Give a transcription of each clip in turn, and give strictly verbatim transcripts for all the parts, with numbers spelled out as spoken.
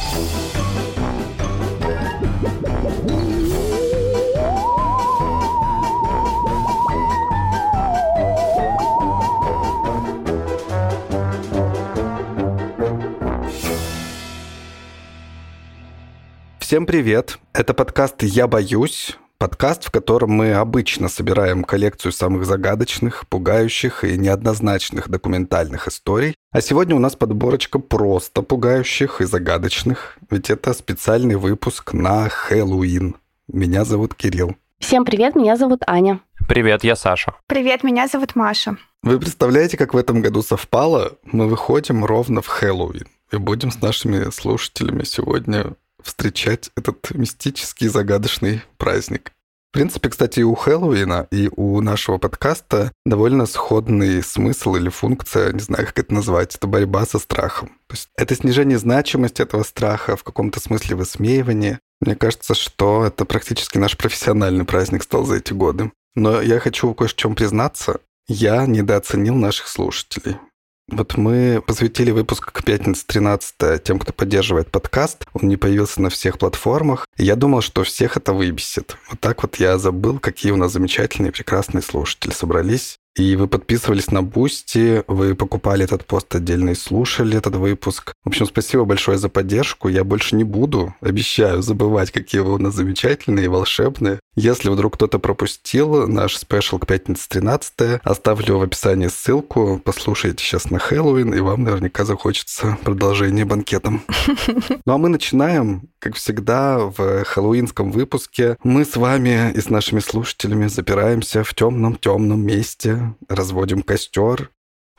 Всем привет! Это подкаст «Я боюсь», подкаст, в котором мы обычно собираем коллекцию самых загадочных, пугающих и неоднозначных документальных историй. А сегодня у нас подборочка просто пугающих и загадочных, ведь это специальный выпуск на Хэллоуин. Меня зовут Кирилл. Всем привет, меня зовут Аня. Привет, я Саша. Привет, меня зовут Маша. Вы представляете, как в этом году совпало? Мы выходим ровно в Хэллоуин и будем с нашими слушателями сегодня встречать этот мистический, загадочный праздник. В принципе, кстати, и у Хэллоуина, и у нашего подкаста довольно сходный смысл или функция, не знаю, как это назвать, это борьба со страхом. То есть это снижение значимости этого страха, в каком-то смысле высмеивание. Мне кажется, что это практически наш профессиональный праздник стал за эти годы. Но я хочу кое в чем признаться. Я недооценил наших слушателей. Вот мы посвятили выпуск к пятнице тринадцатое тем, кто поддерживает подкаст. Он не появился на всех платформах. И я думал, что всех это выбесит. Вот так вот я забыл, какие у нас замечательные, прекрасные слушатели собрались. И вы подписывались на Бусти, вы покупали этот пост отдельно и слушали этот выпуск. В общем, спасибо большое за поддержку. Я больше не буду, обещаю, забывать, какие вы у нас замечательные и волшебные. Если вдруг кто-то пропустил наш спешл к пятнице тринадцатое, оставлю в описании ссылку, послушайте сейчас на Хэллоуин, и вам наверняка захочется продолжение банкетом. Ну а мы начинаем, как всегда, в хэллоуинском выпуске. Мы с вами и с нашими слушателями запираемся в темном-темном месте, разводим костер.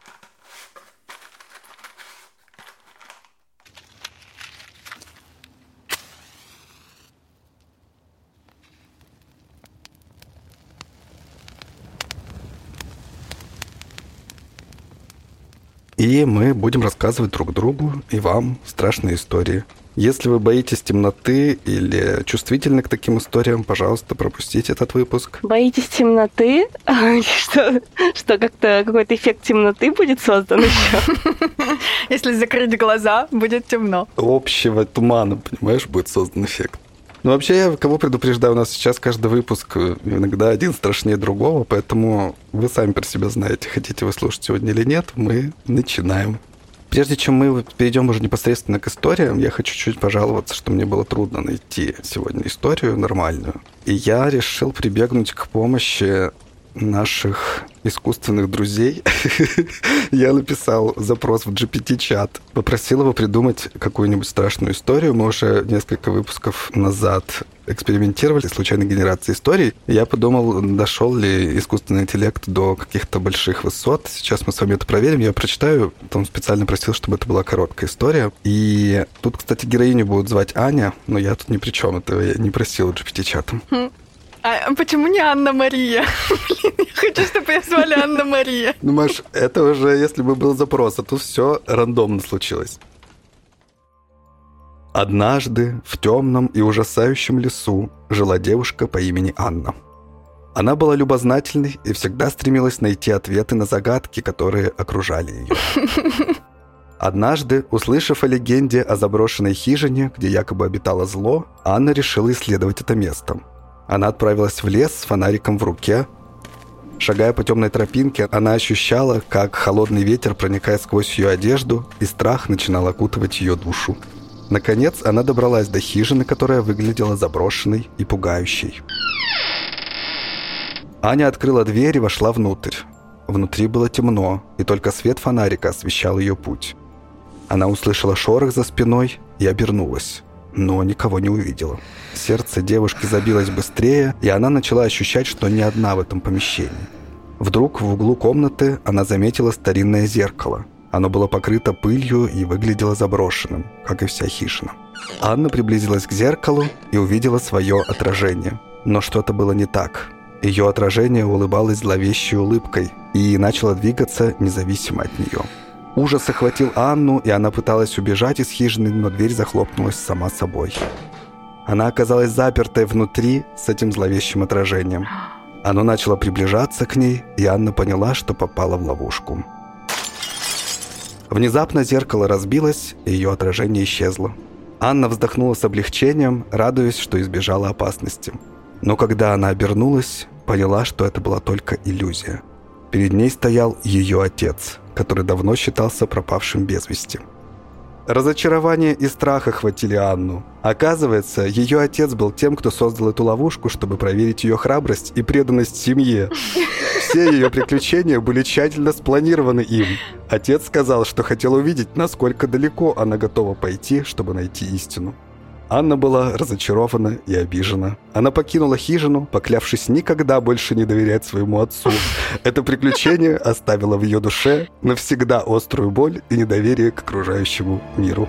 И мы будем рассказывать друг другу и вам страшные истории. Если вы боитесь темноты или чувствительны к таким историям, пожалуйста, пропустите этот выпуск. Боитесь темноты? Что, что как-то какой-то эффект темноты будет создан еще? Если закрыть глаза, будет темно. Общего тумана, понимаешь, будет создан эффект. Ну, вообще, я кого предупреждаю, у нас сейчас каждый выпуск иногда один страшнее другого, поэтому вы сами про себя знаете, хотите вы слушать сегодня или нет, мы начинаем. Прежде чем мы перейдем уже непосредственно к историям, я хочу чуть пожаловаться, что мне было трудно найти сегодня историю нормальную. И я решил прибегнуть к помощи наших искусственных друзей. Я написал запрос в джи пи ти-чат, попросил его придумать какую-нибудь страшную историю. Мы уже несколько выпусков назад экспериментировали с случайной генерацией историй. Я подумал, дошел ли искусственный интеллект до каких-то больших высот. Сейчас мы с вами это проверим. Я прочитаю. Там специально просил, чтобы это была короткая история. И тут, кстати, героиню будут звать Аня, но я тут ни при чем. Это я не просил джи пи ти-чатом. А почему не Анна-Мария? Блин, я хочу, чтобы ее звали Анна-Мария. Ну, Маш, это уже, если бы был запрос, а тут все рандомно случилось. Однажды в темном и ужасающем лесу жила девушка по имени Анна. Она была любознательной и всегда стремилась найти ответы на загадки, которые окружали ее. Однажды, услышав о легенде о заброшенной хижине, где якобы обитало зло, Анна решила исследовать это место. Она отправилась в лес с фонариком в руке. Шагая по темной тропинке, она ощущала, как холодный ветер проникает сквозь ее одежду, и страх начинал окутывать ее душу. Наконец, она добралась до хижины, которая выглядела заброшенной и пугающей. Аня открыла дверь и вошла внутрь. Внутри было темно, и только свет фонарика освещал ее путь. Она услышала шорох за спиной и обернулась, но никого не увидела. Сердце девушки забилось быстрее, и она начала ощущать, что не одна в этом помещении. Вдруг в углу комнаты она заметила старинное зеркало. Оно было покрыто пылью и выглядело заброшенным, как и вся хижина. Анна приблизилась к зеркалу и увидела свое отражение. Но что-то было не так. Ее отражение улыбалось зловещей улыбкой и начало двигаться независимо от нее. Ужас охватил Анну, и она пыталась убежать из хижины, но дверь захлопнулась сама собой. Она оказалась запертой внутри с этим зловещим отражением. Оно начало приближаться к ней, и Анна поняла, что попала в ловушку. Внезапно зеркало разбилось, и ее отражение исчезло. Анна вздохнула с облегчением, радуясь, что избежала опасности. Но когда она обернулась, поняла, что это была только иллюзия. Перед ней стоял ее отец, который давно считался пропавшим без вести. Разочарование и страх охватили Анну. Оказывается, ее отец был тем, кто создал эту ловушку, чтобы проверить ее храбрость и преданность семье. Все ее приключения были тщательно спланированы им. Отец сказал, что хотел увидеть, насколько далеко она готова пойти, чтобы найти истину. Анна была разочарована и обижена. Она покинула хижину, поклявшись никогда больше не доверять своему отцу. Это приключение оставило в ее душе навсегда острую боль и недоверие к окружающему миру.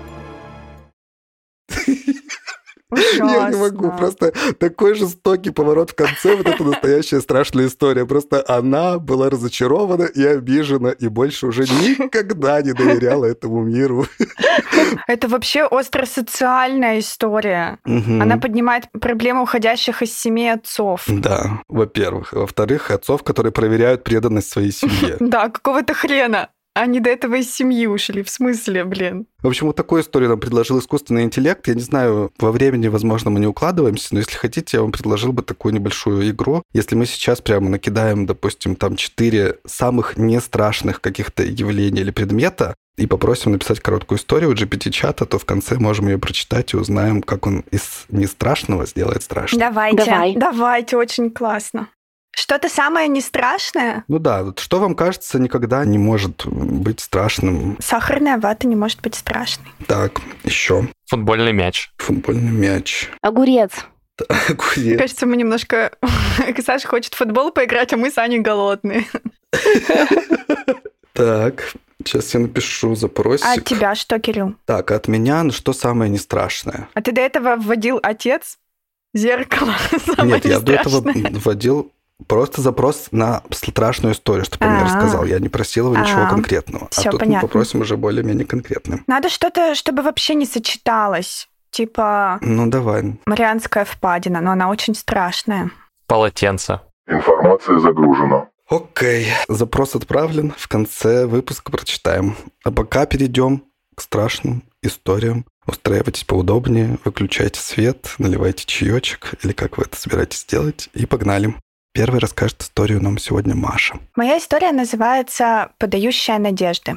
Ужасно. Я не могу, просто такой жестокий поворот в конце, вот это настоящая страшная история. Просто она была разочарована и обижена, и больше уже никогда не доверяла этому миру. Это вообще остросоциальная история. Мгм. Она поднимает проблему уходящих из семей отцов. Да, во-первых. Во-вторых, отцов, которые проверяют преданность своей семье. Да, какого-то хрена. Они до этого из семьи ушли. В смысле, блин? В общем, вот такую историю нам предложил искусственный интеллект. Я не знаю, во времени, возможно, мы не укладываемся, но если хотите, я вам предложил бы такую небольшую игру. Если мы сейчас прямо накидаем, допустим, там четыре самых нестрашных каких-то явления или предмета и попросим написать короткую историю у джи пи ти-чата, то в конце можем ее прочитать и узнаем, как он из нестрашного сделает страшно. Давайте. Давай. Давайте, очень классно. Что-то самое не страшное? Ну да, вот что вам кажется никогда не может быть страшным? Сахарная вата не может быть страшной. Так, еще Футбольный мяч. футбольный мяч. Огурец. Огурец. Мне кажется, мы немножко... Саша хочет в футбол поиграть, а мы с Аней голодные. Так, сейчас я напишу запросик. А от тебя что, Кирилл? Так, от меня, ну что самое нестрашное? А ты до этого вводил отец? Зеркало. Самое Нет, я до этого нестрашное. вводил просто запрос на страшную историю, чтобы он мне А-а. рассказал. Я не просил его ничего А-а. конкретного. Всё а тут понятно. мы попросим уже более-менее конкретным. Надо что-то, чтобы вообще не сочеталось. Типа Ну, давай. Марианская впадина, но она очень страшная. Полотенце. Информация загружена. Окей, запрос отправлен. В конце выпуска прочитаем. А пока перейдем к страшным историям. Устраивайтесь поудобнее, выключайте свет, наливайте чаечек, или как вы это собираетесь делать, и погнали. Первой расскажет историю нам сегодня Маша. Моя история называется «Подающая надежды».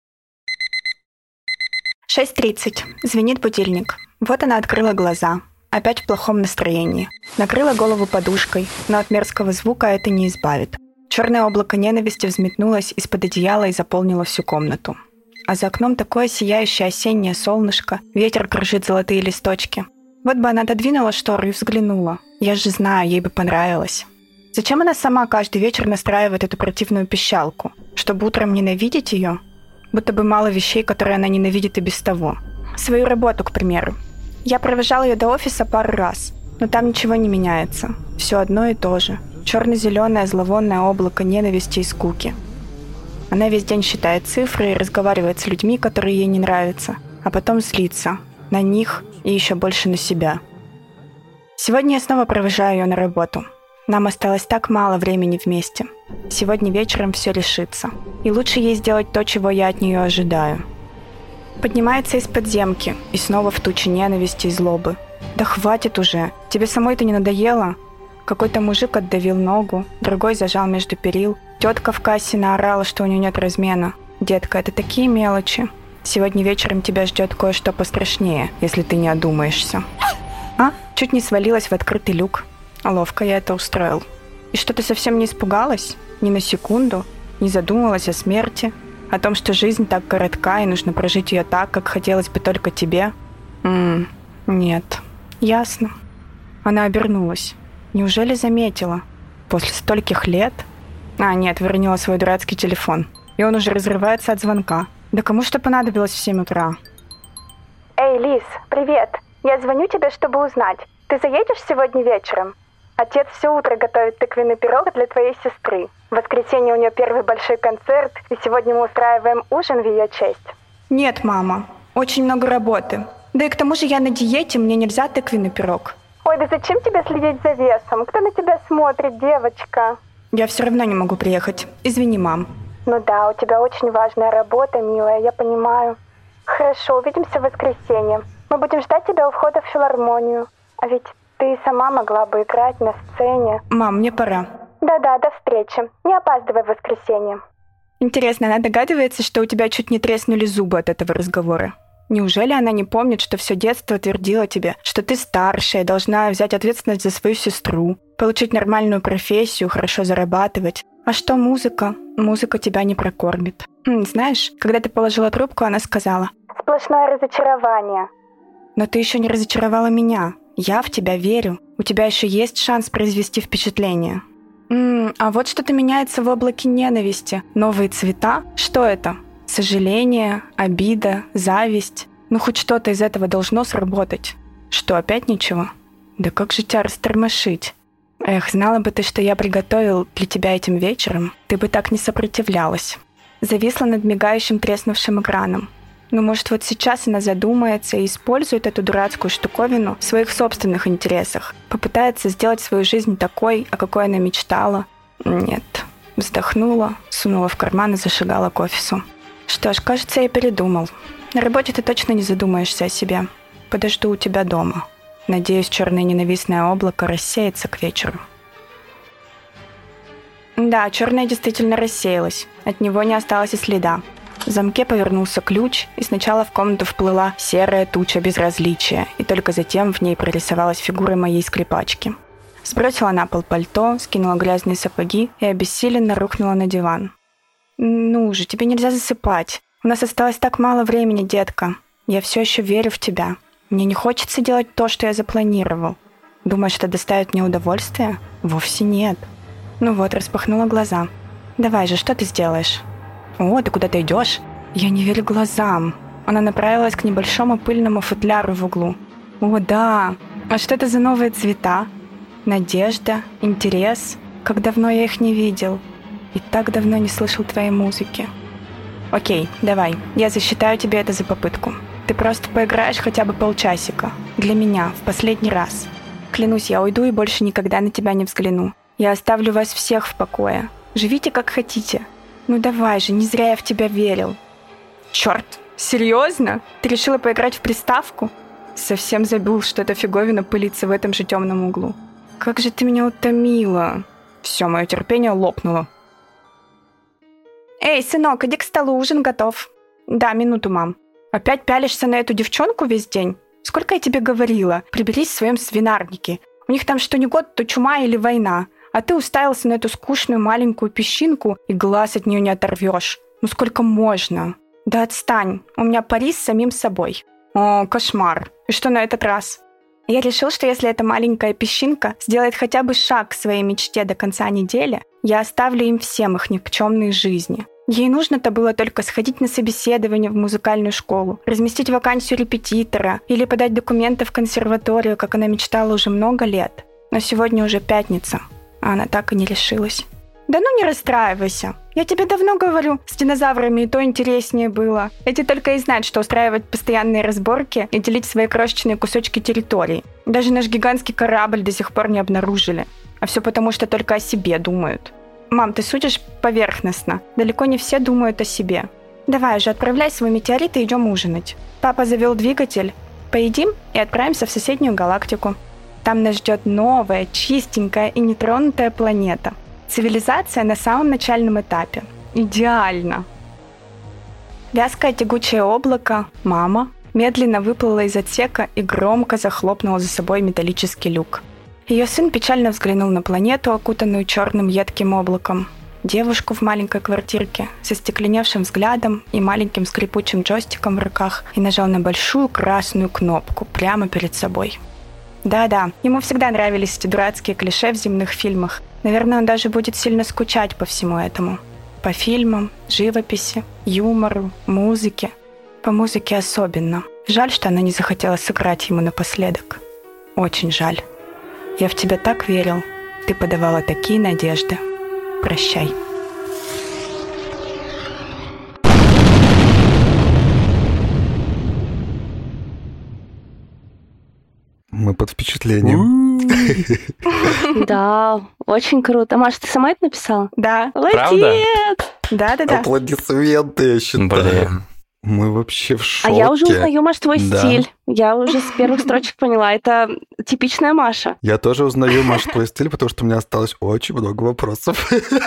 шесть тридцать. Звенит будильник. Вот она открыла глаза. Опять в плохом настроении. Накрыла голову подушкой, но от мерзкого звука это не избавит. Черное облако ненависти взметнулось из-под одеяла и заполнило всю комнату. А за окном такое сияющее осеннее солнышко, ветер кружит золотые листочки. Вот бы она отодвинула штору и взглянула. Я же знаю, ей бы понравилось. Зачем она сама каждый вечер настраивает эту противную пищалку? Чтобы утром ненавидеть ее? Будто бы мало вещей, которые она ненавидит и без того. Свою работу, к примеру. Я провожала ее до офиса пару раз, но там ничего не меняется. Все одно и то же. Черно-зеленое зловонное облако ненависти и скуки. Она весь день считает цифры и разговаривает с людьми, которые ей не нравятся, а потом злится. На них и еще больше на себя. Сегодня я снова провожаю ее на работу. Нам осталось так мало времени вместе. Сегодня вечером все решится. И лучше ей сделать то, чего я от нее ожидаю. Поднимается из подземки и снова в тучи ненависти и злобы. Да хватит уже, тебе самой-то не надоело? Какой-то мужик отдавил ногу, другой зажал между перил. Тетка в кассе наорала, что у нее нет размена. Детка, это такие мелочи. Сегодня вечером тебя ждет кое-что пострашнее, если ты не одумаешься. А? Чуть не свалилась в открытый люк. Ловко я это устроил. И что, ты совсем не испугалась? Ни на секунду? Не задумалась о смерти? О том, что жизнь так коротка и нужно прожить ее так, как хотелось бы только тебе? Ммм, нет. Ясно. Она обернулась. Неужели заметила? После стольких лет? А, нет, выронила свой дурацкий телефон. И он уже разрывается от звонка. Да кому что понадобилось в семь утра? Эй, Лиз, привет. Я звоню тебе, чтобы узнать. Ты заедешь сегодня вечером? Отец все утро готовит тыквенный пирог для твоей сестры. В воскресенье у нее первый большой концерт, и сегодня мы устраиваем ужин в ее честь. Нет, мама. Очень много работы. Да и к тому же я на диете, мне нельзя тыквенный пирог. Ой, да зачем тебе следить за весом? Кто на тебя смотрит, девочка? Я все равно не могу приехать. Извини, мам. Ну да, у тебя очень важная работа, милая, я понимаю. Хорошо, увидимся в воскресенье. Мы будем ждать тебя у входа в филармонию. А ведь ты сама могла бы играть на сцене. Мам, мне пора. Да-да, до встречи. Не опаздывай в воскресенье. Интересно, она догадывается, что у тебя чуть не треснули зубы от этого разговора? Неужели она не помнит, что все детство твердила тебе, что ты старшая, должна взять ответственность за свою сестру, получить нормальную профессию, хорошо зарабатывать? А что музыка? Музыка тебя не прокормит. М, знаешь, когда ты положила трубку, она сказала: «Сплошное разочарование». Но ты еще не разочаровала меня. Я в тебя верю. У тебя еще есть шанс произвести впечатление. М, а вот что-то меняется в облаке ненависти. Новые цвета? Что это? Сожаление, обида, зависть. Ну, хоть что-то из этого должно сработать. Что, опять ничего? Да как же тебя растормошить? Эх, знала бы ты, что я приготовил для тебя этим вечером, ты бы так не сопротивлялась. Зависла над мигающим треснувшим экраном. Ну, может, вот сейчас она задумается и использует эту дурацкую штуковину в своих собственных интересах. Попытается сделать свою жизнь такой, о какой она мечтала. Нет. Вздохнула, сунула в карман и зашагала к офису. Что ж, кажется, я передумал. На работе ты точно не задумаешься о себе. Подожду у тебя дома. Надеюсь, черное ненавистное облако рассеется к вечеру. Да, черное действительно рассеялось. От него не осталось и следа. В замке повернулся ключ, и сначала в комнату вплыла серая туча безразличия, и только затем в ней прорисовалась фигура моей скрипачки. Сбросила на пол пальто, скинула грязные сапоги и обессиленно рухнула на диван. «Ну же, тебе нельзя засыпать. У нас осталось так мало времени, детка. Я все еще верю в тебя. Мне не хочется делать то, что я запланировал. Думаешь, это доставит мне удовольствие? Вовсе нет». Ну вот, распахнула глаза. «Давай же, что ты сделаешь?» «О, ты куда-то идешь?» Я не верю глазам. Она направилась к небольшому пыльному футляру в углу. «О, да! А что это за новые цвета? Надежда, интерес. Как давно я их не видел. И так давно не слышал твоей музыки. Окей, давай, я засчитаю тебе это за попытку. Ты просто поиграешь хотя бы полчасика. Для меня, в последний раз. Клянусь, я уйду и больше никогда на тебя не взгляну. Я оставлю вас всех в покое. Живите как хотите. Ну давай же, не зря я в тебя верил». «Черт, серьезно? Ты решила поиграть в приставку?» Совсем забыл, что эта фиговина пылится в этом же темном углу. «Как же ты меня утомила!» Все, мое терпение лопнуло. «Эй, сынок, иди к столу, ужин готов». «Да, минуту, мам». «Опять пялишься на эту девчонку весь день? Сколько я тебе говорила? Приберись в своем свинарнике. У них там что ни год, то чума или война. А ты уставился на эту скучную маленькую песчинку и глаз от нее не оторвешь. Ну сколько можно?» «Да отстань, у меня пари с самим собой». «О, кошмар. И что на этот раз?» Я решил, что если эта маленькая песчинка сделает хотя бы шаг к своей мечте до конца недели, я оставлю им всем их никчемные жизни. Ей нужно-то было только сходить на собеседование в музыкальную школу, разместить вакансию репетитора или подать документы в консерваторию, как она мечтала уже много лет. Но сегодня уже пятница, а она так и не решилась. «Да ну не расстраивайся. Я тебе давно говорю, с динозаврами и то интереснее было. Эти только и знают, что устраивать постоянные разборки и делить свои крошечные кусочки территории. Даже наш гигантский корабль до сих пор не обнаружили. А все потому, что только о себе думают. Мам, ты судишь поверхностно. Далеко не все думают о себе. Давай же, отправляй свой метеорит и идем ужинать. Папа завел двигатель. Поедим и отправимся в соседнюю галактику. Там нас ждет новая, чистенькая и нетронутая планета. Цивилизация на самом начальном этапе. Идеально!» Вязкое тягучее облако, мама, медленно выплыла из отсека и громко захлопнула за собой металлический люк. Ее сын печально взглянул на планету, окутанную черным едким облаком, девушку в маленькой квартирке со стекленевшим взглядом и маленьким скрипучим джойстиком в руках и нажал на большую красную кнопку прямо перед собой. Да-да, ему всегда нравились эти дурацкие клише в земных фильмах. Наверное, он даже будет сильно скучать по всему этому. По фильмам, живописи, юмору, музыке. По музыке особенно. Жаль, что она не захотела сыграть ему напоследок. Очень жаль. Я в тебя так верил. Ты подавала такие надежды. Прощай. Мы под впечатлением. Да, очень круто. Маша, ты сама это написала? Да. Молодец! Да-да-да. Аплодисменты, я считаю. Блин. Мы вообще в А шоке. я уже узнаю, Маш, твой Да. стиль. Я уже с первых строчек поняла. Это типичная Маша. Я тоже узнаю, Маша, твой стиль, потому что у меня осталось очень много вопросов.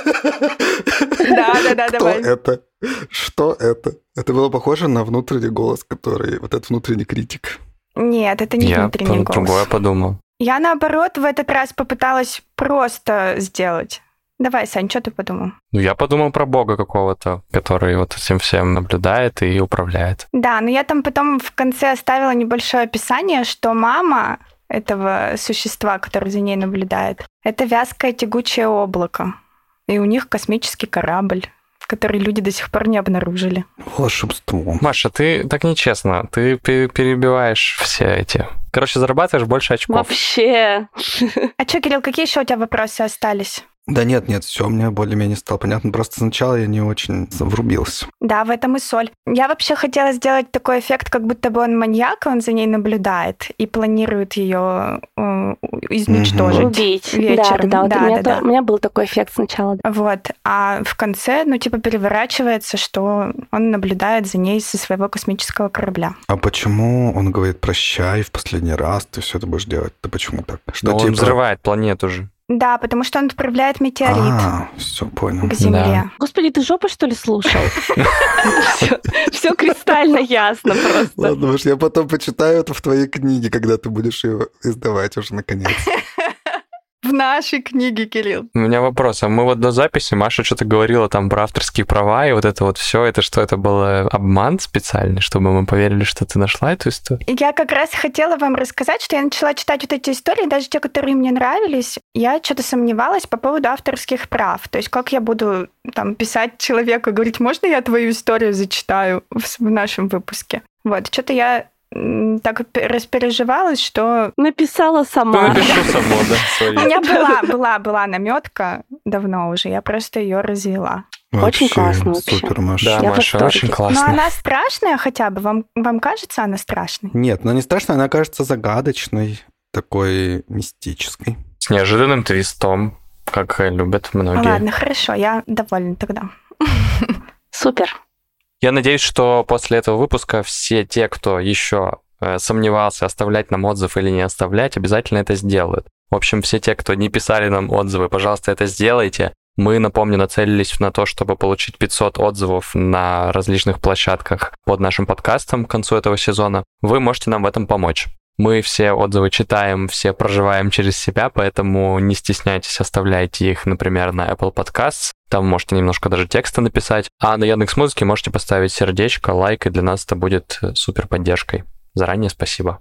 Да-да-да, Кто давай. это? Что это? Это было похоже на внутренний голос, который... Вот этот внутренний критик. Нет, это не Я внутренний про другое голос. подумал. Я, наоборот, в этот раз попыталась просто сделать. Давай, Сань, что ты подумал? Ну, я подумал про бога какого-то, который вот этим всем наблюдает и управляет. Да, но я там потом в конце оставила небольшое описание, что мама этого существа, который за ней наблюдает, это вязкое тягучее облако. И у них космический корабль, который люди до сих пор не обнаружили. Волшебство. Маша, ты так нечестно. Ты пе- перебиваешь все эти... Короче, зарабатываешь больше очков. Вообще. А что, Кирилл, какие еще у тебя вопросы остались? Да нет, нет, все мне более-менее стало понятно. Просто сначала я не очень врубился. Да, в этом и соль. Я вообще хотела сделать такой эффект, как будто бы он маньяк, он за ней наблюдает и планирует ее э, изничтожить. Убить. вечером. Да, да, да. Вот Да, у, меня да, то- да. у меня был такой эффект сначала. Вот. А в конце, ну, типа, переворачивается, что он наблюдает за ней со своего космического корабля. А почему он говорит «прощай, в последний раз ты все это будешь делать»? Да почему так? Что Но он типа... взрывает планету же. Да, потому что он отправляет метеорит А, все, понял. к Земле. Господи, ты жопу, что ли, слушал? Все кристально ясно просто. Ладно, Маш, я потом почитаю это в твоей книге, когда ты будешь ее издавать уже наконец. В нашей книге, Кирилл. У меня вопрос. А мы вот до записи, Маша что-то говорила там про авторские права, и вот это вот все, это что, это был обман специальный, чтобы мы поверили, что ты нашла эту историю? Я как раз хотела вам рассказать, что я начала читать вот эти истории, даже те, которые мне нравились. Я что-то сомневалась по поводу авторских прав. То есть как я буду там писать человеку и говорить, можно я твою историю зачитаю в, в нашем выпуске? Вот, что-то я м, так распереживалась, что Написала Ну, сама. напишу само, да, у свои. меня была, была, была наметка давно уже, я просто ее развела. Очень классно вообще. Супер, Маша. Да, Я в Маша, восторге. очень Но классно. она страшная хотя бы? Вам, вам кажется она страшной? Нет, она не страшная, она кажется загадочной, такой мистической. С неожиданным твистом, как любят многие. Ладно, хорошо, я довольна тогда. Супер. Я надеюсь, что после этого выпуска все те, кто еще э, сомневался, оставлять нам отзыв или не оставлять, обязательно это сделают. В общем, все те, кто не писали нам отзывы, пожалуйста, это сделайте. Мы, напомню, нацелились на то, чтобы получить пятьсот отзывов на различных площадках под нашим подкастом к концу этого сезона. Вы можете нам в этом помочь. Мы все отзывы читаем, все проживаем через себя, поэтому не стесняйтесь, оставляйте их, например, на Apple Podcasts. Там можете немножко даже текста написать. А на Яндекс.Музыке можете поставить сердечко, лайк, и для нас это будет супер поддержкой. Заранее спасибо.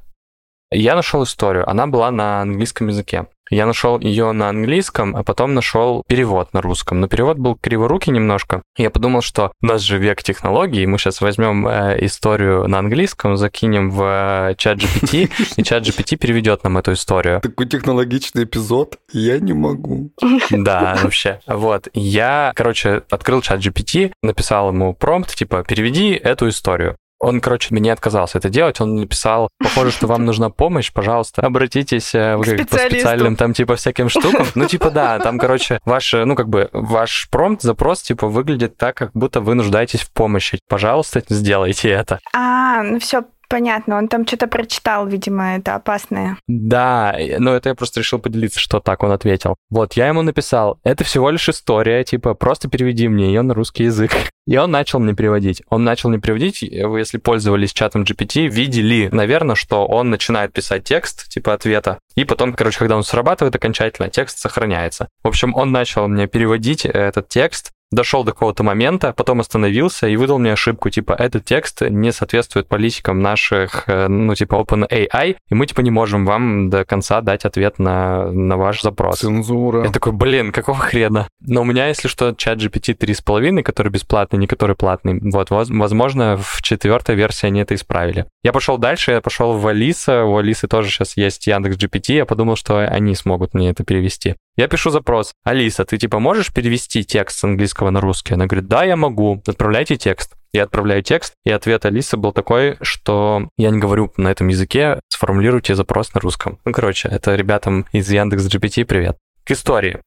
Я нашел историю. Она была на английском языке. Я нашел ее на английском, а потом нашел перевод на русском. Но перевод был криворукий немножко. Я подумал, что у нас же век технологий, и мы сейчас возьмем э, историю на английском, закинем в э, чат джи пи ти, и чат джи пи ти переведет нам эту историю. Такой технологичный эпизод, я не могу. Да, вообще. Вот. Я, короче, открыл чат джи пи ти, написал ему промпт, типа, переведи эту историю. Он, короче, мне отказался это делать. Он написал, похоже, что вам нужна помощь, пожалуйста, обратитесь э, вы как по специальным там, типа, всяким штукам. Ну, типа, да, там, короче, ваш, ну, как бы, ваш промпт, запрос, типа, выглядит так, как будто вы нуждаетесь в помощи. Пожалуйста, сделайте это. А, ну все понятно, он там что-то прочитал, видимо, это опасное. Да, но это я просто решил поделиться, что так он ответил. Вот, я ему написал, это всего лишь история, типа, просто переведи мне ее на русский язык. И он начал мне переводить. Он начал мне переводить, вы, если пользовались чатом джи пи ти, видели, наверное, что он начинает писать текст, типа, ответа, и потом, короче, когда он срабатывает окончательно, текст сохраняется. В общем, он начал мне переводить этот текст, дошел до какого-то момента, потом остановился и выдал мне ошибку, типа, этот текст не соответствует политикам наших, ну, типа, OpenAI, и мы, типа, не можем вам до конца дать ответ на, на ваш запрос. Цензура. Я такой, блин, какого хрена? Но у меня, если что, чат джи пи ти три с половиной, который бесплатный, не который платный, вот, возможно, в четвертой версии они это исправили. Я пошел дальше, я пошел в Алиса, у Алисы тоже сейчас есть Яндекс джи пи ти, я подумал, что они смогут мне это перевести. Я пишу запрос, Алиса, ты типа можешь перевести текст с английского на русский? Она говорит, да, я могу, отправляйте текст. Я отправляю текст, и ответ Алисы был такой, что я не говорю на этом языке, сформулируйте запрос на русском. Ну, короче, это ребятам из Яндекс джи пи ти привет. К истории.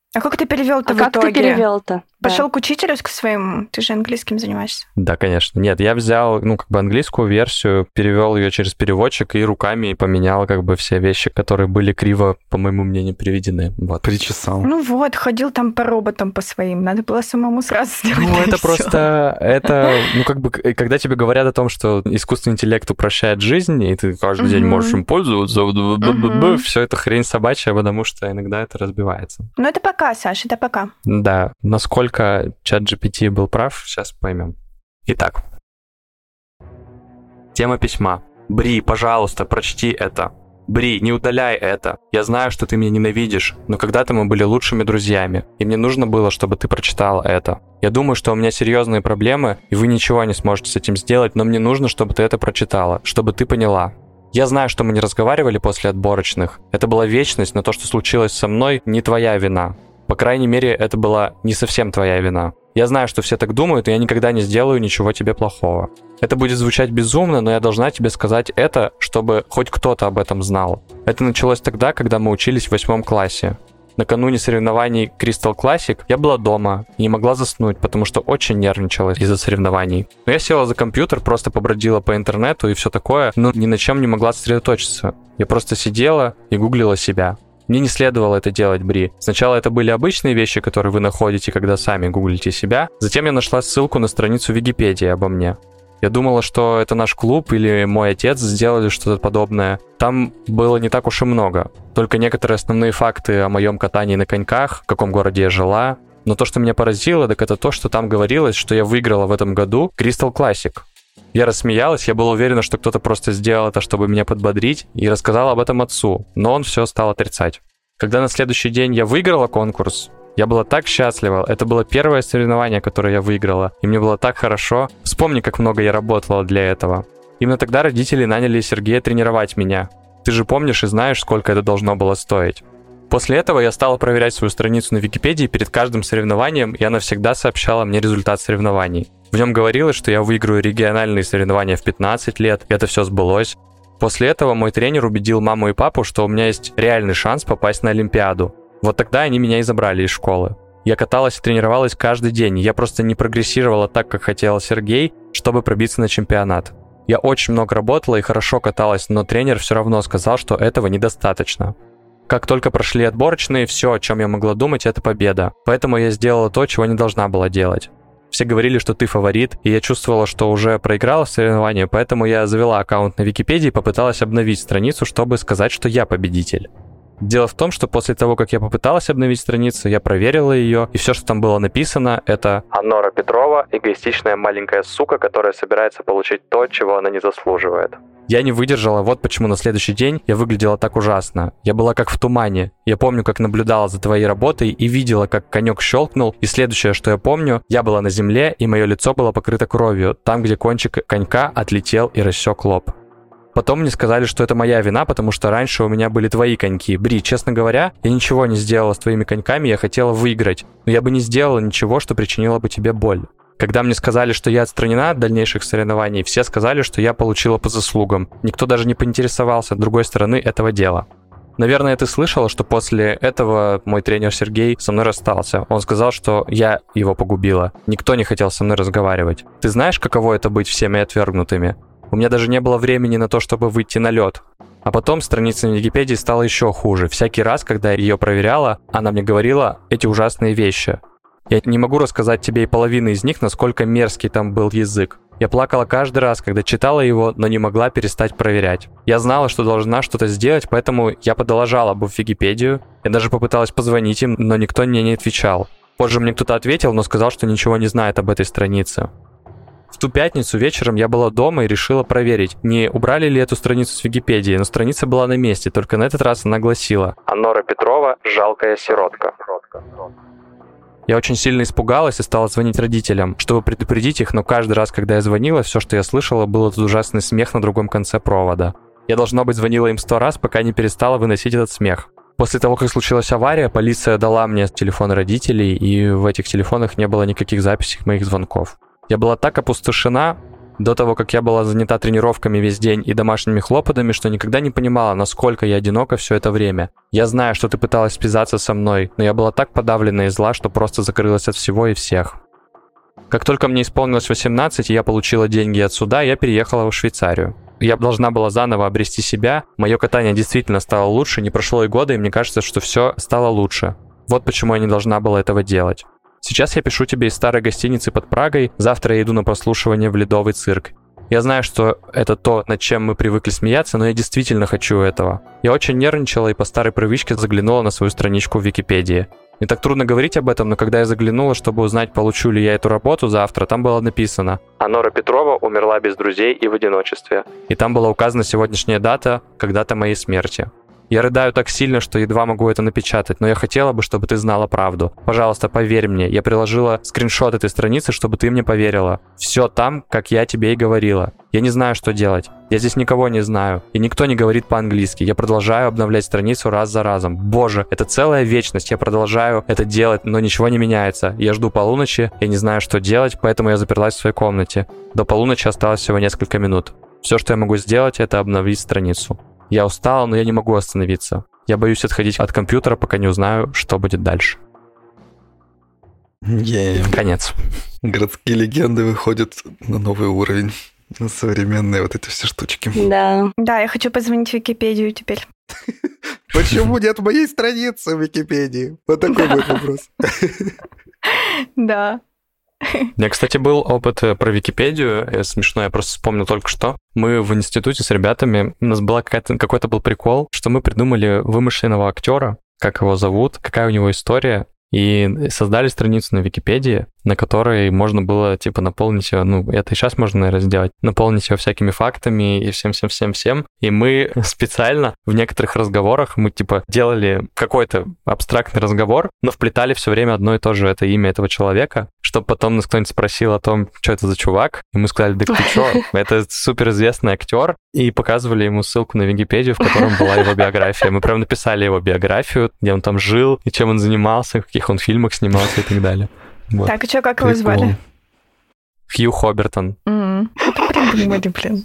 А как ты перевел-то А в как итоге? ты перевел-то? Пошел Да. к учителю к своему? Ты же английским занимаешься. Да, конечно. Нет, я взял, ну, как бы английскую версию, перевел ее через переводчик и руками поменял как бы все вещи, которые были криво, по моему мнению, переведены. Вот. Причесал. Ну вот, ходил там по роботам по своим. Надо было самому сразу сделать. Ну, и это всё. просто, это, ну, как бы, к- когда тебе говорят о том, что искусственный интеллект упрощает жизнь, и ты каждый день Мгм. можешь им пользоваться, Мгм. все это хрень собачья, потому что иногда это разбивается. Ну это пока, Саша, это пока. Да, насколько чат джи пи ти был прав, сейчас поймем. Итак. Тема письма. Бри, пожалуйста, прочти это. Бри, не удаляй это. Я знаю, что ты меня ненавидишь, но когда-то мы были лучшими друзьями, и мне нужно было, чтобы ты прочитала это. Я думаю, что у меня серьезные проблемы, и вы ничего не сможете с этим сделать, но мне нужно, чтобы ты это прочитала, чтобы ты поняла. Я знаю, что мы не разговаривали после отборочных. Это была вечность, но то, что случилось со мной, не твоя вина. По крайней мере, это была не совсем твоя вина. Я знаю, что все так думают, и я никогда не сделаю ничего тебе плохого. Это будет звучать безумно, но я должна тебе сказать это, чтобы хоть кто-то об этом знал. Это началось тогда, когда мы учились в восьмом классе. Накануне соревнований Crystal Classic я была дома и не могла заснуть, потому что очень нервничала из-за соревнований. Но я села за компьютер, просто побродила по интернету и все такое, но ни на чем не могла сосредоточиться. Я просто сидела и гуглила себя. Мне не следовало это делать, Бри. Сначала это были обычные вещи, которые вы находите, когда сами гуглите себя. Затем я нашла ссылку на страницу Википедии обо мне. Я думала, что это наш клуб или мой отец сделали что-то подобное. Там было не так уж и много. Только некоторые основные факты о моем катании на коньках, в каком городе я жила. Но то, что меня поразило, так это то, что там говорилось, что я выиграла в этом году Crystal Classic. Я рассмеялась, я была уверена, что кто-то просто сделал это, чтобы меня подбодрить, и рассказала об этом отцу, но он все стал отрицать. Когда на следующий день я выиграла конкурс, я была так счастлива. Это было первое соревнование, которое я выиграла, и мне было так хорошо. Вспомни, как много я работала для этого. Именно тогда родители наняли Сергея тренировать меня. Ты же помнишь и знаешь, сколько это должно было стоить. После этого я стала проверять свою страницу на Википедии перед каждым соревнованием, и она всегда сообщала мне результат соревнований. В нем говорилось, что я выиграю региональные соревнования в пятнадцать лет, и это все сбылось. После этого мой тренер убедил маму и папу, что у меня есть реальный шанс попасть на Олимпиаду. Вот тогда они меня и забрали из школы. Я каталась и тренировалась каждый день, я просто не прогрессировала так, как хотел Сергей, чтобы пробиться на чемпионат. Я очень много работала и хорошо каталась, но тренер все равно сказал, что этого недостаточно. Как только прошли отборочные, все, о чем я могла думать, это победа. Поэтому я сделала то, чего не должна была делать. Все говорили, что ты фаворит, и я чувствовала, что уже проиграла в соревновании, поэтому я завела аккаунт на Википедии и попыталась обновить страницу, чтобы сказать, что я победитель. Дело в том, что после того, как я попыталась обновить страницу, я проверила ее, и все, что там было написано, это «Аннора Петрова – эгоистичная маленькая сука, которая собирается получить то, чего она не заслуживает». Я не выдержала, вот почему на следующий день я выглядела так ужасно. Я была как в тумане. Я помню, как наблюдала за твоей работой и видела, как конек щелкнул. И следующее, что я помню, я была на земле, и мое лицо было покрыто кровью, там, где кончик конька отлетел и рассек лоб. Потом мне сказали, что это моя вина, потому что раньше у меня были твои коньки. Бри, честно говоря, я ничего не сделала с твоими коньками, я хотела выиграть. Но я бы не сделала ничего, что причинило бы тебе боль. Когда мне сказали, что я отстранена от дальнейших соревнований, все сказали, что я получила по заслугам. Никто даже не поинтересовался другой стороны этого дела. Наверное, ты слышала, что после этого мой тренер Сергей со мной расстался. Он сказал, что я его погубила. Никто не хотел со мной разговаривать. Ты знаешь, каково это быть всеми отвергнутыми? У меня даже не было времени на то, чтобы выйти на лед. А потом страница на Википедии стала еще хуже. Всякий раз, когда я ее проверяла, она мне говорила эти ужасные вещи. Я не могу рассказать тебе и половины из них, насколько мерзкий там был язык. Я плакала каждый раз, когда читала его, но не могла перестать проверять. Я знала, что должна что-то сделать, поэтому я подала жалобу в Википедию. Я даже попыталась позвонить им, но никто мне не отвечал. Позже мне кто-то ответил, но сказал, что ничего не знает об этой странице. В ту пятницу вечером я была дома и решила проверить, не убрали ли эту страницу с Википедии, но страница была на месте, только на этот раз она гласила «Аннора Петрова – жалкая сиротка». Я очень сильно испугалась и стала звонить родителям, чтобы предупредить их, но каждый раз, когда я звонила, все, что я слышала, был этот ужасный смех на другом конце провода. Я, должно быть, звонила им сто раз, пока не перестала выносить этот смех. После того, как случилась авария, полиция дала мне телефон родителей, и в этих телефонах не было никаких записей моих звонков. Я была так опустошена, до того, как я была занята тренировками весь день и домашними хлопотами, что никогда не понимала, насколько я одинока все это время. Я знаю, что ты пыталась связаться со мной, но я была так подавлена и зла, что просто закрылась от всего и всех. Как только мне исполнилось восемнадцать, и я получила деньги от суда, я переехала в Швейцарию. Я должна была заново обрести себя. Мое катание действительно стало лучше, не прошло и года, и мне кажется, что все стало лучше. Вот почему я не должна была этого делать. Сейчас я пишу тебе из старой гостиницы под Прагой, завтра я иду на прослушивание в Ледовый цирк. Я знаю, что это то, над чем мы привыкли смеяться, но я действительно хочу этого. Я очень нервничала и по старой привычке заглянула на свою страничку в Википедии. Мне так трудно говорить об этом, но когда я заглянула, чтобы узнать, получу ли я эту работу завтра, там было написано: «Анора Петрова умерла без друзей и в одиночестве». И там была указана сегодняшняя дата, когда-то моей смерти. Я рыдаю так сильно, что едва могу это напечатать, но я хотела бы, чтобы ты знала правду. Пожалуйста, поверь мне. Я приложила скриншот этой страницы, чтобы ты мне поверила. Все там, как я тебе и говорила. Я не знаю, что делать. Я здесь никого не знаю. И никто не говорит по-английски. Я продолжаю обновлять страницу раз за разом. Боже, это целая вечность. Я продолжаю это делать, но ничего не меняется. Я жду полуночи, я не знаю, что делать, поэтому я заперлась в своей комнате. До полуночи осталось всего несколько минут. Все, что я могу сделать, это обновить страницу. Я устала, но я не могу остановиться. Я боюсь отходить от компьютера, пока не узнаю, что будет дальше. Yeah. Конец. Городские легенды выходят на новый уровень. На современные вот эти все штучки. Да. Да, я хочу позвонить в Википедию теперь. Почему нет моей страницы в Википедии? Вот такой будет вопрос. Да. У меня, кстати, был опыт про Википедию. Смешно, я просто вспомнил только что. Мы в институте с ребятами, у нас была какая-то, какой-то был прикол, что мы придумали вымышленного актера, как его зовут, какая у него история, и создали страницу на Википедии, на которой можно было, типа, наполнить ее, ну, это и сейчас можно, наверное, сделать, наполнить ее всякими фактами и всем-всем-всем-всем. И мы специально в некоторых разговорах, мы, типа, делали какой-то абстрактный разговор, но вплетали все время одно и то же это имя этого человека, чтобы потом нас кто-нибудь спросил о том, что это за чувак, и мы сказали: да ты что, это суперизвестный актер, и показывали ему ссылку на Википедию, в котором была его биография. Мы прям написали его биографию, где он там жил, и чем он занимался, в каких он фильмах снимался и так далее. Вот. Так, и что, как его звали? Хью Хобертон. Mm-hmm. Это придумали, блин.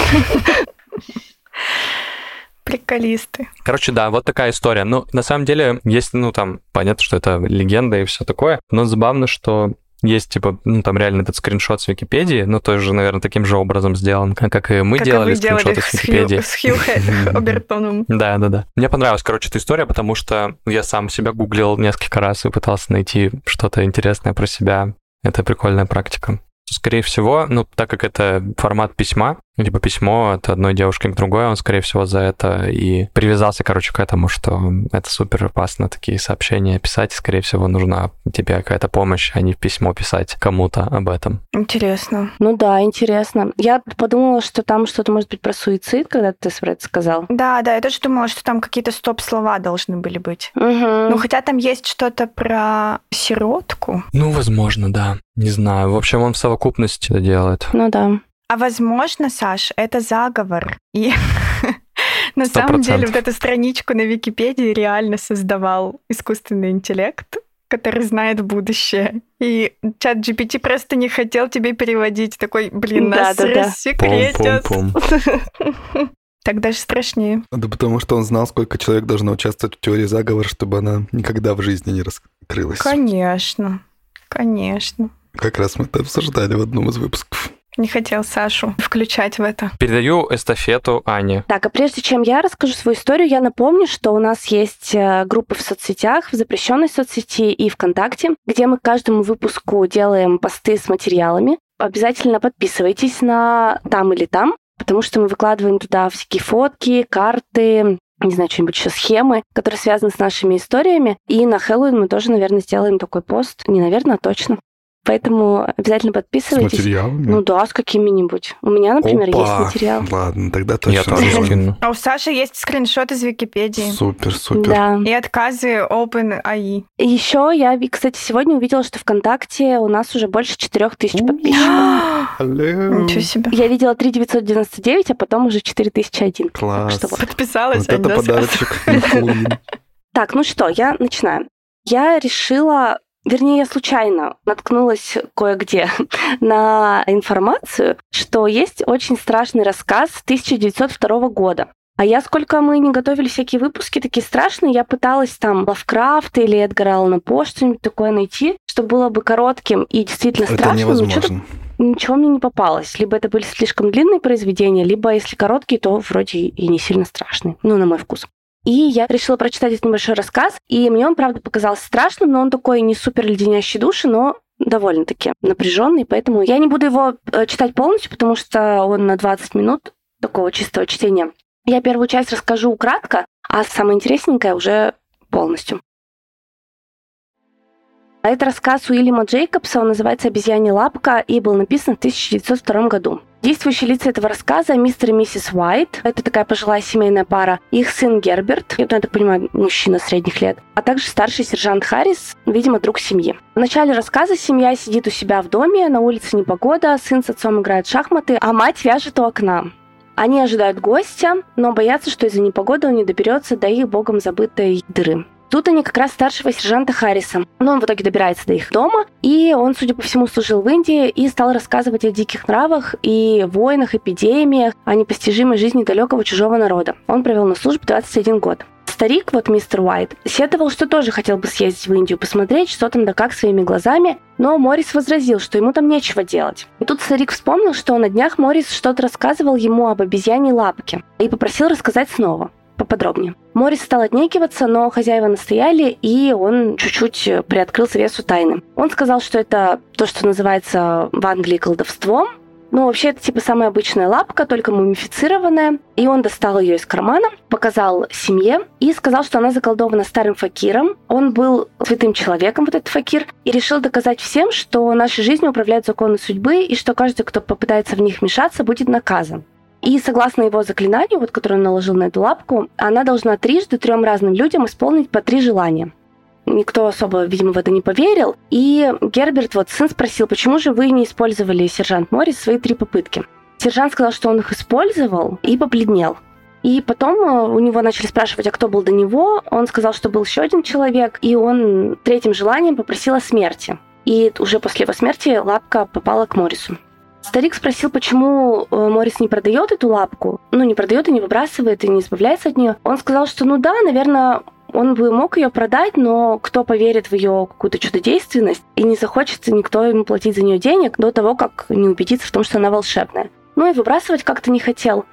Приколисты. Короче, да, вот такая история. Ну, на самом деле, есть, ну, там, понятно, что это легенда и все такое, но забавно, что есть, типа, ну, там реально этот скриншот с Википедии, ну, тоже, наверное, таким же образом сделан, как и мы как делали вы скриншоты с Википедии. С Хью Хобертоном. Да, да, да. Мне понравилась, короче, эта история, потому что я сам себя гуглил несколько раз и пытался найти что-то интересное про себя. Это прикольная практика. Скорее всего, ну, так как это формат письма, либо письмо от одной девушки к другой, он, скорее всего, за это и привязался, короче, к этому, что это супер опасно, такие сообщения писать, и, скорее всего, нужна тебе какая-то помощь, а не в письмо писать кому-то об этом. Интересно. Ну да, интересно. Я подумала, что там что-то может быть про суицид, когда ты про это сказал. Да, да, я тоже думала, что там какие-то стоп-слова должны были быть. Угу. Ну, хотя там есть что-то про сиротку. Ну, возможно, да. Не знаю. В общем, он в совокупности это делает. Ну да. А возможно, Саш, это заговор. И на сто самом деле процентов. вот эту страничку на Википедии реально создавал искусственный интеллект, который знает будущее. И чат джи пи ти просто не хотел тебе переводить. Такой, блин, нас Да-да-да. рассекретят. Пум-пум-пум. Так даже страшнее. Да потому что он знал, сколько человек должно участвовать в теории заговора, чтобы она никогда в жизни не раскрылась. Конечно, конечно. Как раз мы это обсуждали в одном из выпусков. Не хотел Сашу включать в это. Передаю эстафету Ане. Так, а прежде чем я расскажу свою историю, я напомню, что у нас есть э, группы в соцсетях, в запрещенной соцсети и ВКонтакте, где мы к каждому выпуску делаем посты с материалами. Обязательно подписывайтесь на там или там, потому что мы выкладываем туда всякие фотки, карты, не знаю, что-нибудь еще, схемы, которые связаны с нашими историями. И на Хэллоуин мы тоже, наверное, сделаем такой пост. Не наверное, а точно. Поэтому обязательно С подписывайтесь. материалами? Ну да, с какими-нибудь. У меня, например, Опа! есть материал. Ладно, тогда точно. Я тоже сделаем. скину. А у Саши есть скриншот из Википедии. Супер, супер. Да. И отказы OpenAI. И еще я, кстати, сегодня увидела, что ВКонтакте у нас уже больше четырех тысяч подписчиков. Алло. Ничего себе. Я видела три тысячи девятьсот девяносто девять, а потом уже четыре тысячи один. Класс. Так что вот. Подписалась. Вот это Ань, да, сразу? подарочек на Хэллоуин. Так, ну что, я начинаю. Я решила Вернее, я случайно наткнулась кое-где на информацию, что есть очень страшный рассказ тысяча девятьсот второго года. А я, сколько мы не готовили всякие выпуски такие страшные, я пыталась там Лавкрафта или Эдгара Аллана По, что-нибудь такое найти, что было бы коротким и действительно Это страшным. невозможно. Ничего мне не попалось. Либо это были слишком длинные произведения, либо, если короткие, то вроде и не сильно страшные. Ну, на мой вкус. И я решила прочитать этот небольшой рассказ, и мне он, правда, показался страшным, но он такой не супер леденящий души, но довольно-таки напряженный, поэтому я не буду его читать полностью, потому что он на двадцать минут такого чистого чтения. Я первую часть расскажу кратко, а самое интересненькое уже полностью. Это рассказ Уильяма Джейкобса, он называется «Обезьянья лапка» и был написан в тысяча девятьсот втором году. Действующие лица этого рассказа — мистер и миссис Уайт, это такая пожилая семейная пара, их сын Герберт, я так понимаю, мужчина средних лет, а также старший сержант Харрис, видимо, друг семьи. В начале рассказа семья сидит у себя в доме, на улице непогода, сын с отцом играет в шахматы, а мать вяжет у окна. Они ожидают гостя, но боятся, что из-за непогоды он не доберется до их богом забытой дыры. Тут они как раз старшего сержанта Харриса. Но он в итоге добирается до их дома, и он, судя по всему, служил в Индии и стал рассказывать о диких нравах и войнах, эпидемиях, о непостижимой жизни далекого чужого народа. Он провел на службе двадцать один год. Старик, вот мистер Уайт, сетовал, что тоже хотел бы съездить в Индию, посмотреть, что там да как своими глазами, но Моррис возразил, что ему там нечего делать. И тут старик вспомнил, что на днях Моррис что-то рассказывал ему об обезьяньей лапке и попросил рассказать снова. Поподробнее. Моррис стал отнекиваться, но хозяева настояли, и он чуть-чуть приоткрыл завесу тайны. Он сказал, что это то, что называется в Англии колдовством. Ну, вообще, это типа самая обычная лапка, только мумифицированная. И он достал ее из кармана, показал семье и сказал, что она заколдована старым факиром. Он был святым человеком, вот этот факир, и решил доказать всем, что нашей жизнью управляют законы судьбы, и что каждый, кто попытается в них вмешаться, будет наказан. И согласно его заклинанию, вот, которое он наложил на эту лапку, она должна трижды трем разным людям исполнить по три желания. Никто особо, видимо, в это не поверил. И Герберт, вот сын, спросил, почему же вы не использовали, сержант Моррис, свои три попытки? Сержант сказал, что он их использовал, и побледнел. И потом у него начали спрашивать, а кто был до него. Он сказал, что был еще один человек, и он третьим желанием попросил о смерти. И уже после его смерти лапка попала к Моррису. Старик спросил, почему Моррис не продает эту лапку, ну, не продает и не выбрасывает, и не избавляется от нее. Он сказал, что, ну да, наверное, он бы мог ее продать, но кто поверит в ее какую-то чудодейственность и не захочет никто ему платить за нее денег до того, как не убедиться в том, что она волшебная. Ну и выбрасывать как-то не хотел.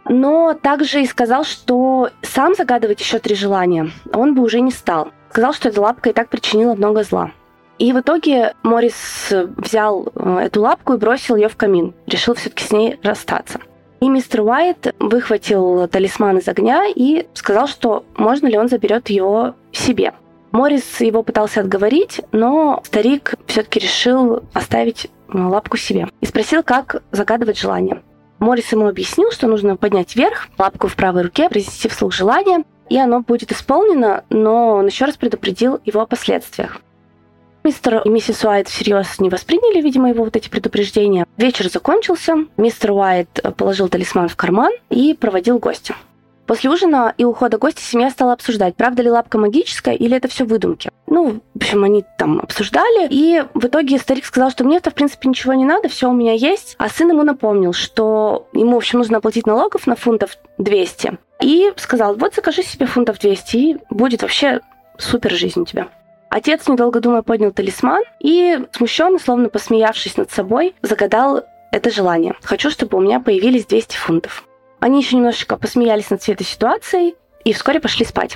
Но также и сказал, что сам загадывать еще три желания он бы уже не стал. Сказал, что эта лапка и так причинила много зла. И в итоге Моррис взял эту лапку и бросил ее в камин. Решил все-таки с ней расстаться. И мистер Уайт выхватил талисман из огня и сказал, что можно ли он заберет его себе. Моррис его пытался отговорить, но старик все-таки решил оставить лапку себе. И спросил, как загадывать желание. Моррис ему объяснил, что нужно поднять вверх лапку в правой руке, произнести вслух желание, и оно будет исполнено, но он еще раз предупредил его о последствиях. Мистер и миссис Уайт всерьез не восприняли, видимо, его вот эти предупреждения. Вечер закончился, мистер Уайт положил талисман в карман и проводил гостя. После ужина и ухода гостя семья стала обсуждать, правда ли лапка магическая или это все выдумки. Ну, в общем, они там обсуждали, и в итоге старик сказал, что мне-то, в принципе, ничего не надо, все у меня есть. А сын ему напомнил, что ему, в общем, нужно оплатить налогов на фунтов двести. И сказал, вот закажи себе фунтов двести, и будет вообще супер жизнь у тебя. Отец, недолго думая, поднял талисман и, смущенно, словно посмеявшись над собой, загадал это желание. Хочу, чтобы у меня появились двести фунтов. Они еще немножечко посмеялись над всей этой ситуацией и вскоре пошли спать.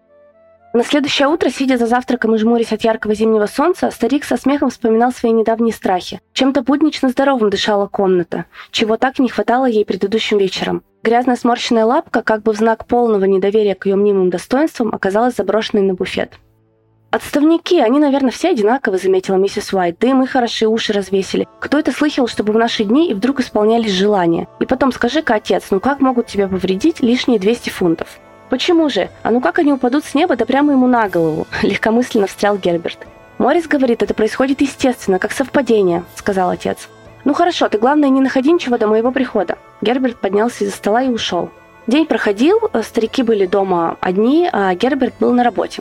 На следующее утро, сидя за завтраком и жмурясь от яркого зимнего солнца, старик со смехом вспоминал свои недавние страхи. Чем-то буднично здоровым дышала комната, чего так не хватало ей предыдущим вечером. Грязная сморщенная лапка, как бы в знак полного недоверия к ее мнимым достоинствам, оказалась заброшенной на буфет. «Отставники, они, наверное, все одинаковы», — заметила миссис Уайт. «Да и мы хорошие уши развесили. Кто это слыхал, чтобы в наши дни и вдруг исполнялись желания? И потом скажи-ка, отец, ну как могут тебе повредить лишние двести фунтов?» «Почему же? А ну как они упадут с неба, да прямо ему на голову?» — легкомысленно встрял Герберт. «Моррис говорит, это происходит естественно, как совпадение», — сказал отец. «Ну хорошо, ты, главное, не находи ничего до моего прихода». Герберт поднялся из-за стола и ушел. День проходил, старики были дома одни, а Герберт был на работе.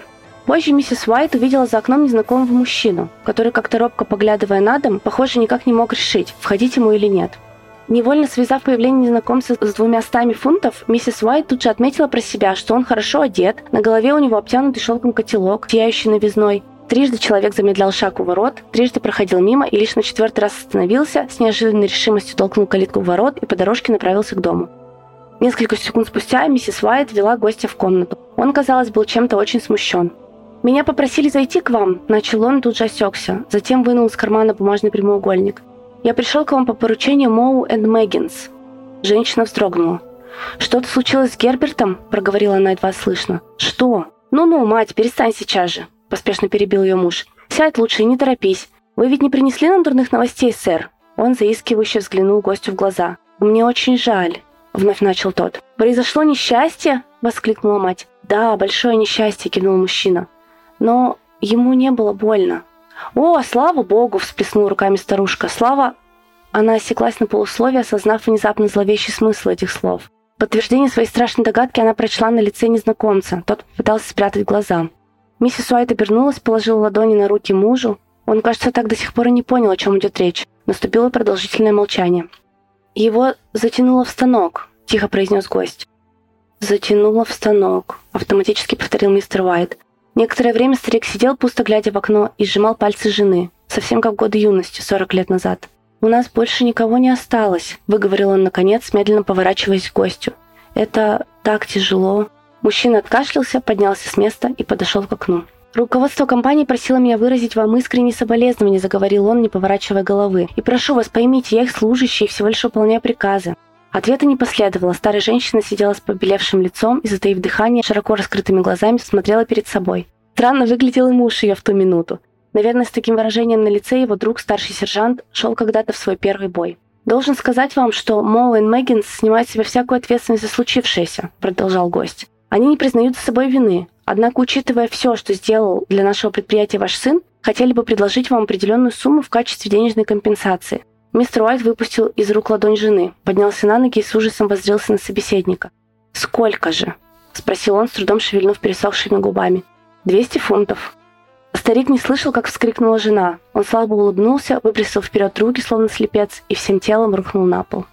Позже миссис Уайт увидела за окном незнакомого мужчину, который, как-то робко поглядывая на дом, похоже, никак не мог решить, входить ему или нет. Невольно связав появление незнакомца с двумястами фунтов, миссис Уайт тут же отметила про себя, что он хорошо одет, на голове у него обтянутый шелком котелок, сияющий новизной. Трижды человек замедлял шаг у ворот, трижды проходил мимо и лишь на четвертый раз остановился, с неожиданной решимостью толкнул калитку в ворот и по дорожке направился к дому. Несколько секунд спустя миссис Уайт вела гостя в комнату. Он, казалось, был чем-то очень смущен. «Меня попросили зайти к вам», — начал он, тут же осекся. Затем вынул из кармана бумажный прямоугольник. «Я пришел к вам по поручению Моу энд Мэггинс». Женщина вздрогнула. «Что-то случилось с Гербертом?» — проговорила она едва слышно. «Что?» «Ну-ну, мать, перестань сейчас же», — поспешно перебил ее муж. «Сядь лучше и не торопись. Вы ведь не принесли нам дурных новостей, сэр?» Он заискивающе взглянул гостю в глаза. «Мне очень жаль», — вновь начал тот. «Произошло несчастье?» — воскликнула мать. «Да, большое несчастье», — кивнул мужчина. «Но ему не было больно». «О, слава богу!» — всплеснула руками старушка. «Слава...» Она осеклась на полусловие, осознав внезапно зловещий смысл этих слов. Подтверждение своей страшной догадки она прочла на лице незнакомца. Тот попытался спрятать глаза. Миссис Уайт обернулась, положила ладони на руки мужу. Он, кажется, так до сих пор и не понял, о чем идет речь. Наступило продолжительное молчание. «Его затянуло в станок», — тихо произнес гость. «Затянуло в станок», — автоматически повторил мистер Уайт. Некоторое время старик сидел, пусто глядя в окно, и сжимал пальцы жены, совсем как в годы юности, сорок лет назад. «У нас больше никого не осталось», — выговорил он наконец, медленно поворачиваясь к гостю. «Это так тяжело». Мужчина откашлялся, поднялся с места и подошел к окну. «Руководство компании просило меня выразить вам искренние соболезнования», — заговорил он, не поворачивая головы. «И прошу вас, поймите, я их служащий и всего лишь выполняю приказы». Ответа не последовало. Старая женщина сидела с побелевшим лицом и, затаив дыхание, широко раскрытыми глазами смотрела перед собой. Странно выглядел и муж ее в ту минуту. Наверное, с таким выражением на лице его друг, старший сержант, шел когда-то в свой первый бой. «Должен сказать вам, что Моу и Мэггинс снимают с себя всякую ответственность за случившееся», — продолжал гость. «Они не признают за собой вины. Однако, учитывая все, что сделал для нашего предприятия ваш сын, хотели бы предложить вам определенную сумму в качестве денежной компенсации». Мистер Уайт выпустил из рук ладонь жены, поднялся на ноги и с ужасом воззрелся на собеседника. «Сколько же?» — спросил он, с трудом шевельнув пересохшими губами. «Двести фунтов». Старик не слышал, как вскрикнула жена. Он слабо улыбнулся, выбросил вперед руки, словно слепец, и всем телом рухнул на пол.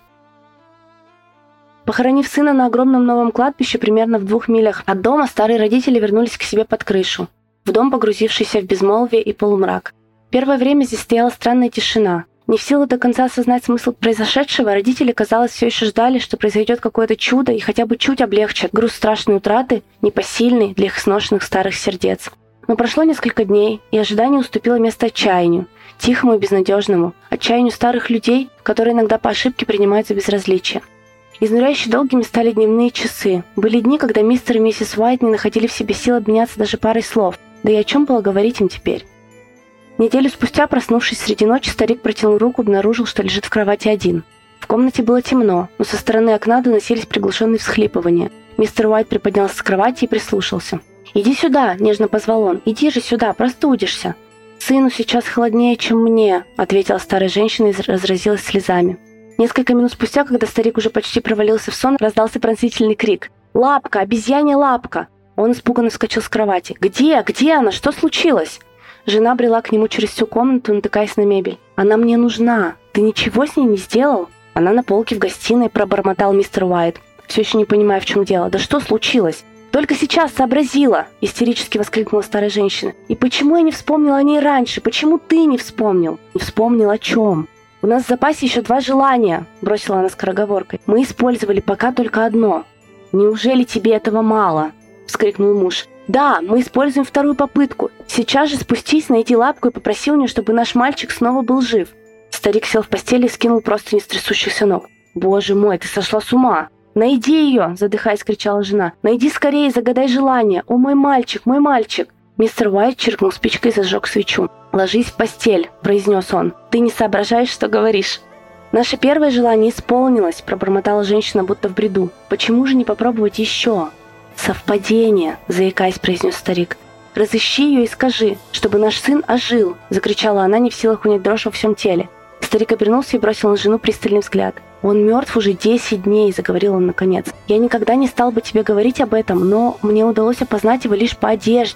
Похоронив сына на огромном новом кладбище примерно в двух милях от дома, старые родители вернулись к себе под крышу, в дом, погрузившийся в безмолвие и полумрак. Первое время здесь стояла странная тишина. Не в силах до конца осознать смысл произошедшего, родители, казалось, все еще ждали, что произойдет какое-то чудо и хотя бы чуть облегчат груз страшной утраты, непосильный для их сношенных старых сердец. Но прошло несколько дней, и ожидание уступило место отчаянию, тихому и безнадежному, отчаянию старых людей, которые иногда по ошибке принимают за безразличие. Изнуряюще долгими стали дневные часы. Были дни, когда мистер и миссис Уайт не находили в себе сил обменяться даже парой слов. Да и о чем было говорить им теперь? Неделю спустя, проснувшись среди ночи, старик протянул руку и обнаружил, что лежит в кровати один. В комнате было темно, но со стороны окна доносились приглушенные всхлипывания. Мистер Уайт приподнялся с кровати и прислушался. «Иди сюда!» – нежно позвал он. «Иди же сюда, простудишься!» «Сыну сейчас холоднее, чем мне», – ответила старая женщина и разразилась слезами. Несколько минут спустя, когда старик уже почти провалился в сон, раздался пронзительный крик. «Лапка! Обезьянья лапка!» Он испуганно вскочил с кровати. «Где? Где она? Что случилось?» Жена брела к нему через всю комнату, натыкаясь на мебель. «Она мне нужна. Ты ничего с ней не сделал?» «Она на полке в гостиной», – пробормотал мистер Уайт, все еще не понимая, в чем дело. «Да что случилось?» «Только сейчас сообразила!» – истерически воскликнула старая женщина. «И почему я не вспомнила о ней раньше? Почему ты не вспомнил?» «Не вспомнил о чем?» «У нас в запасе еще два желания», – бросила она скороговоркой. «Мы использовали пока только одно». «Неужели тебе этого мало?» – вскрикнул муж. «Да, мы используем вторую попытку. Сейчас же спустись, найди лапку и попроси у нее, чтобы наш мальчик снова был жив». Старик сел в постели и скинул простыни с трясущихся ног. «Боже мой, ты сошла с ума!» «Найди ее!» – задыхаясь, кричала жена. «Найди скорее, загадай желание! О, мой мальчик, мой мальчик!» Мистер Уайт чиркнул спичкой и зажег свечу. «Ложись в постель», – произнес он. «Ты не соображаешь, что говоришь». «Наше первое желание исполнилось», – пробормотала женщина, будто в бреду. «Почему же не попробовать еще?» «Совпадение», – заикаясь, произнес старик. «Разыщи ее и скажи, чтобы наш сын ожил», – закричала она, не в силах унять дрожь во всем теле. Старик обернулся и бросил на жену пристальный взгляд. «Он мертв уже десять дней», — заговорил он наконец. «Я никогда не стал бы тебе говорить об этом, но мне удалось опознать его лишь по одежде.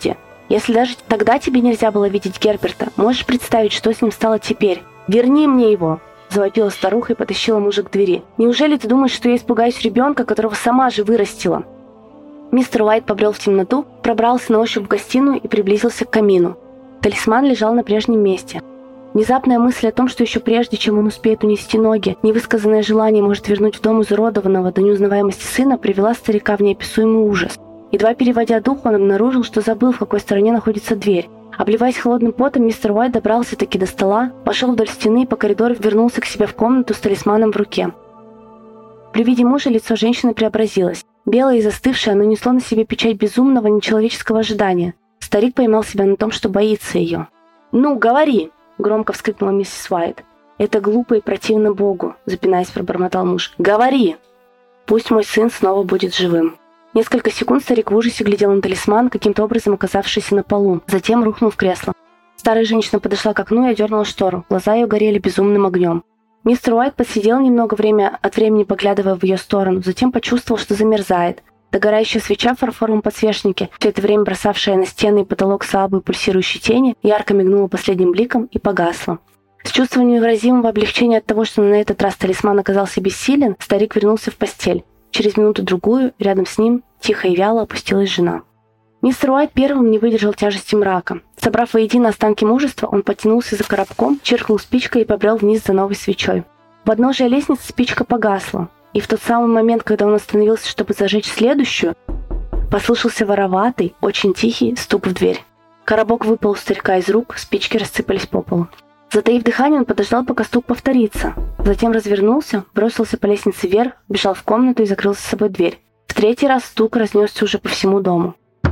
Если даже тогда тебе нельзя было видеть Герберта, можешь представить, что с ним стало теперь? Верни мне его!» Завопила старуха и потащила мужа к двери. «Неужели ты думаешь, что я испугаюсь ребенка, которого сама же вырастила?» Мистер Уайт побрел в темноту, пробрался на ощупь в гостиную и приблизился к камину. Талисман лежал на прежнем месте. Внезапная мысль о том, что еще прежде, чем он успеет унести ноги, невысказанное желание может вернуть в дом изуродованного до неузнаваемости сына, привела старика в неописуемый ужас. Едва переводя дух, он обнаружил, что забыл, в какой стороне находится дверь. Обливаясь холодным потом, мистер Уайт добрался-таки до стола, пошел вдоль стены и по коридору вернулся к себе в комнату с талисманом в руке. При виде мужа лицо женщины преобразилось. Белое и застывшее, оно несло на себе печать безумного, нечеловеческого ожидания. Старик поймал себя на том, что боится ее. «Ну, говори!» — громко вскрикнула миссис Уайт. «Это глупо и противно Богу», — запинаясь, пробормотал муж. «Говори!» «Пусть мой сын снова будет живым». Несколько секунд старик в ужасе глядел на талисман, каким-то образом оказавшийся на полу. Затем рухнул в кресло. Старая женщина подошла к окну и одернула штору. Глаза ее горели безумным огнем. Мистер Уайт посидел немного время, от времени поглядывая в ее сторону, затем почувствовал, что замерзает. Догорающая свеча в фарфоровом подсвечнике, все это время бросавшая на стены и потолок слабые пульсирующие тени, ярко мигнула последним бликом и погасла. С чувством невыразимого облегчения от того, что на этот раз талисман оказался бессилен, старик вернулся в постель. Через минуту-другую рядом с ним тихо и вяло опустилась жена. Мистер Уайт первым не выдержал тяжести мрака. Собрав воедино останки мужества, он потянулся за коробком, чиркнул спичкой и побрел вниз за новой свечой. В подножие лестницы спичка погасла, и в тот самый момент, когда он остановился, чтобы зажечь следующую, послышался вороватый, очень тихий стук в дверь. Коробок выпал у старика из рук, спички рассыпались по полу. Затаив дыхание, он подождал, пока стук повторится. Затем развернулся, бросился по лестнице вверх, бежал в комнату и закрыл за собой дверь. В третий раз стук разнесся уже по всему дому.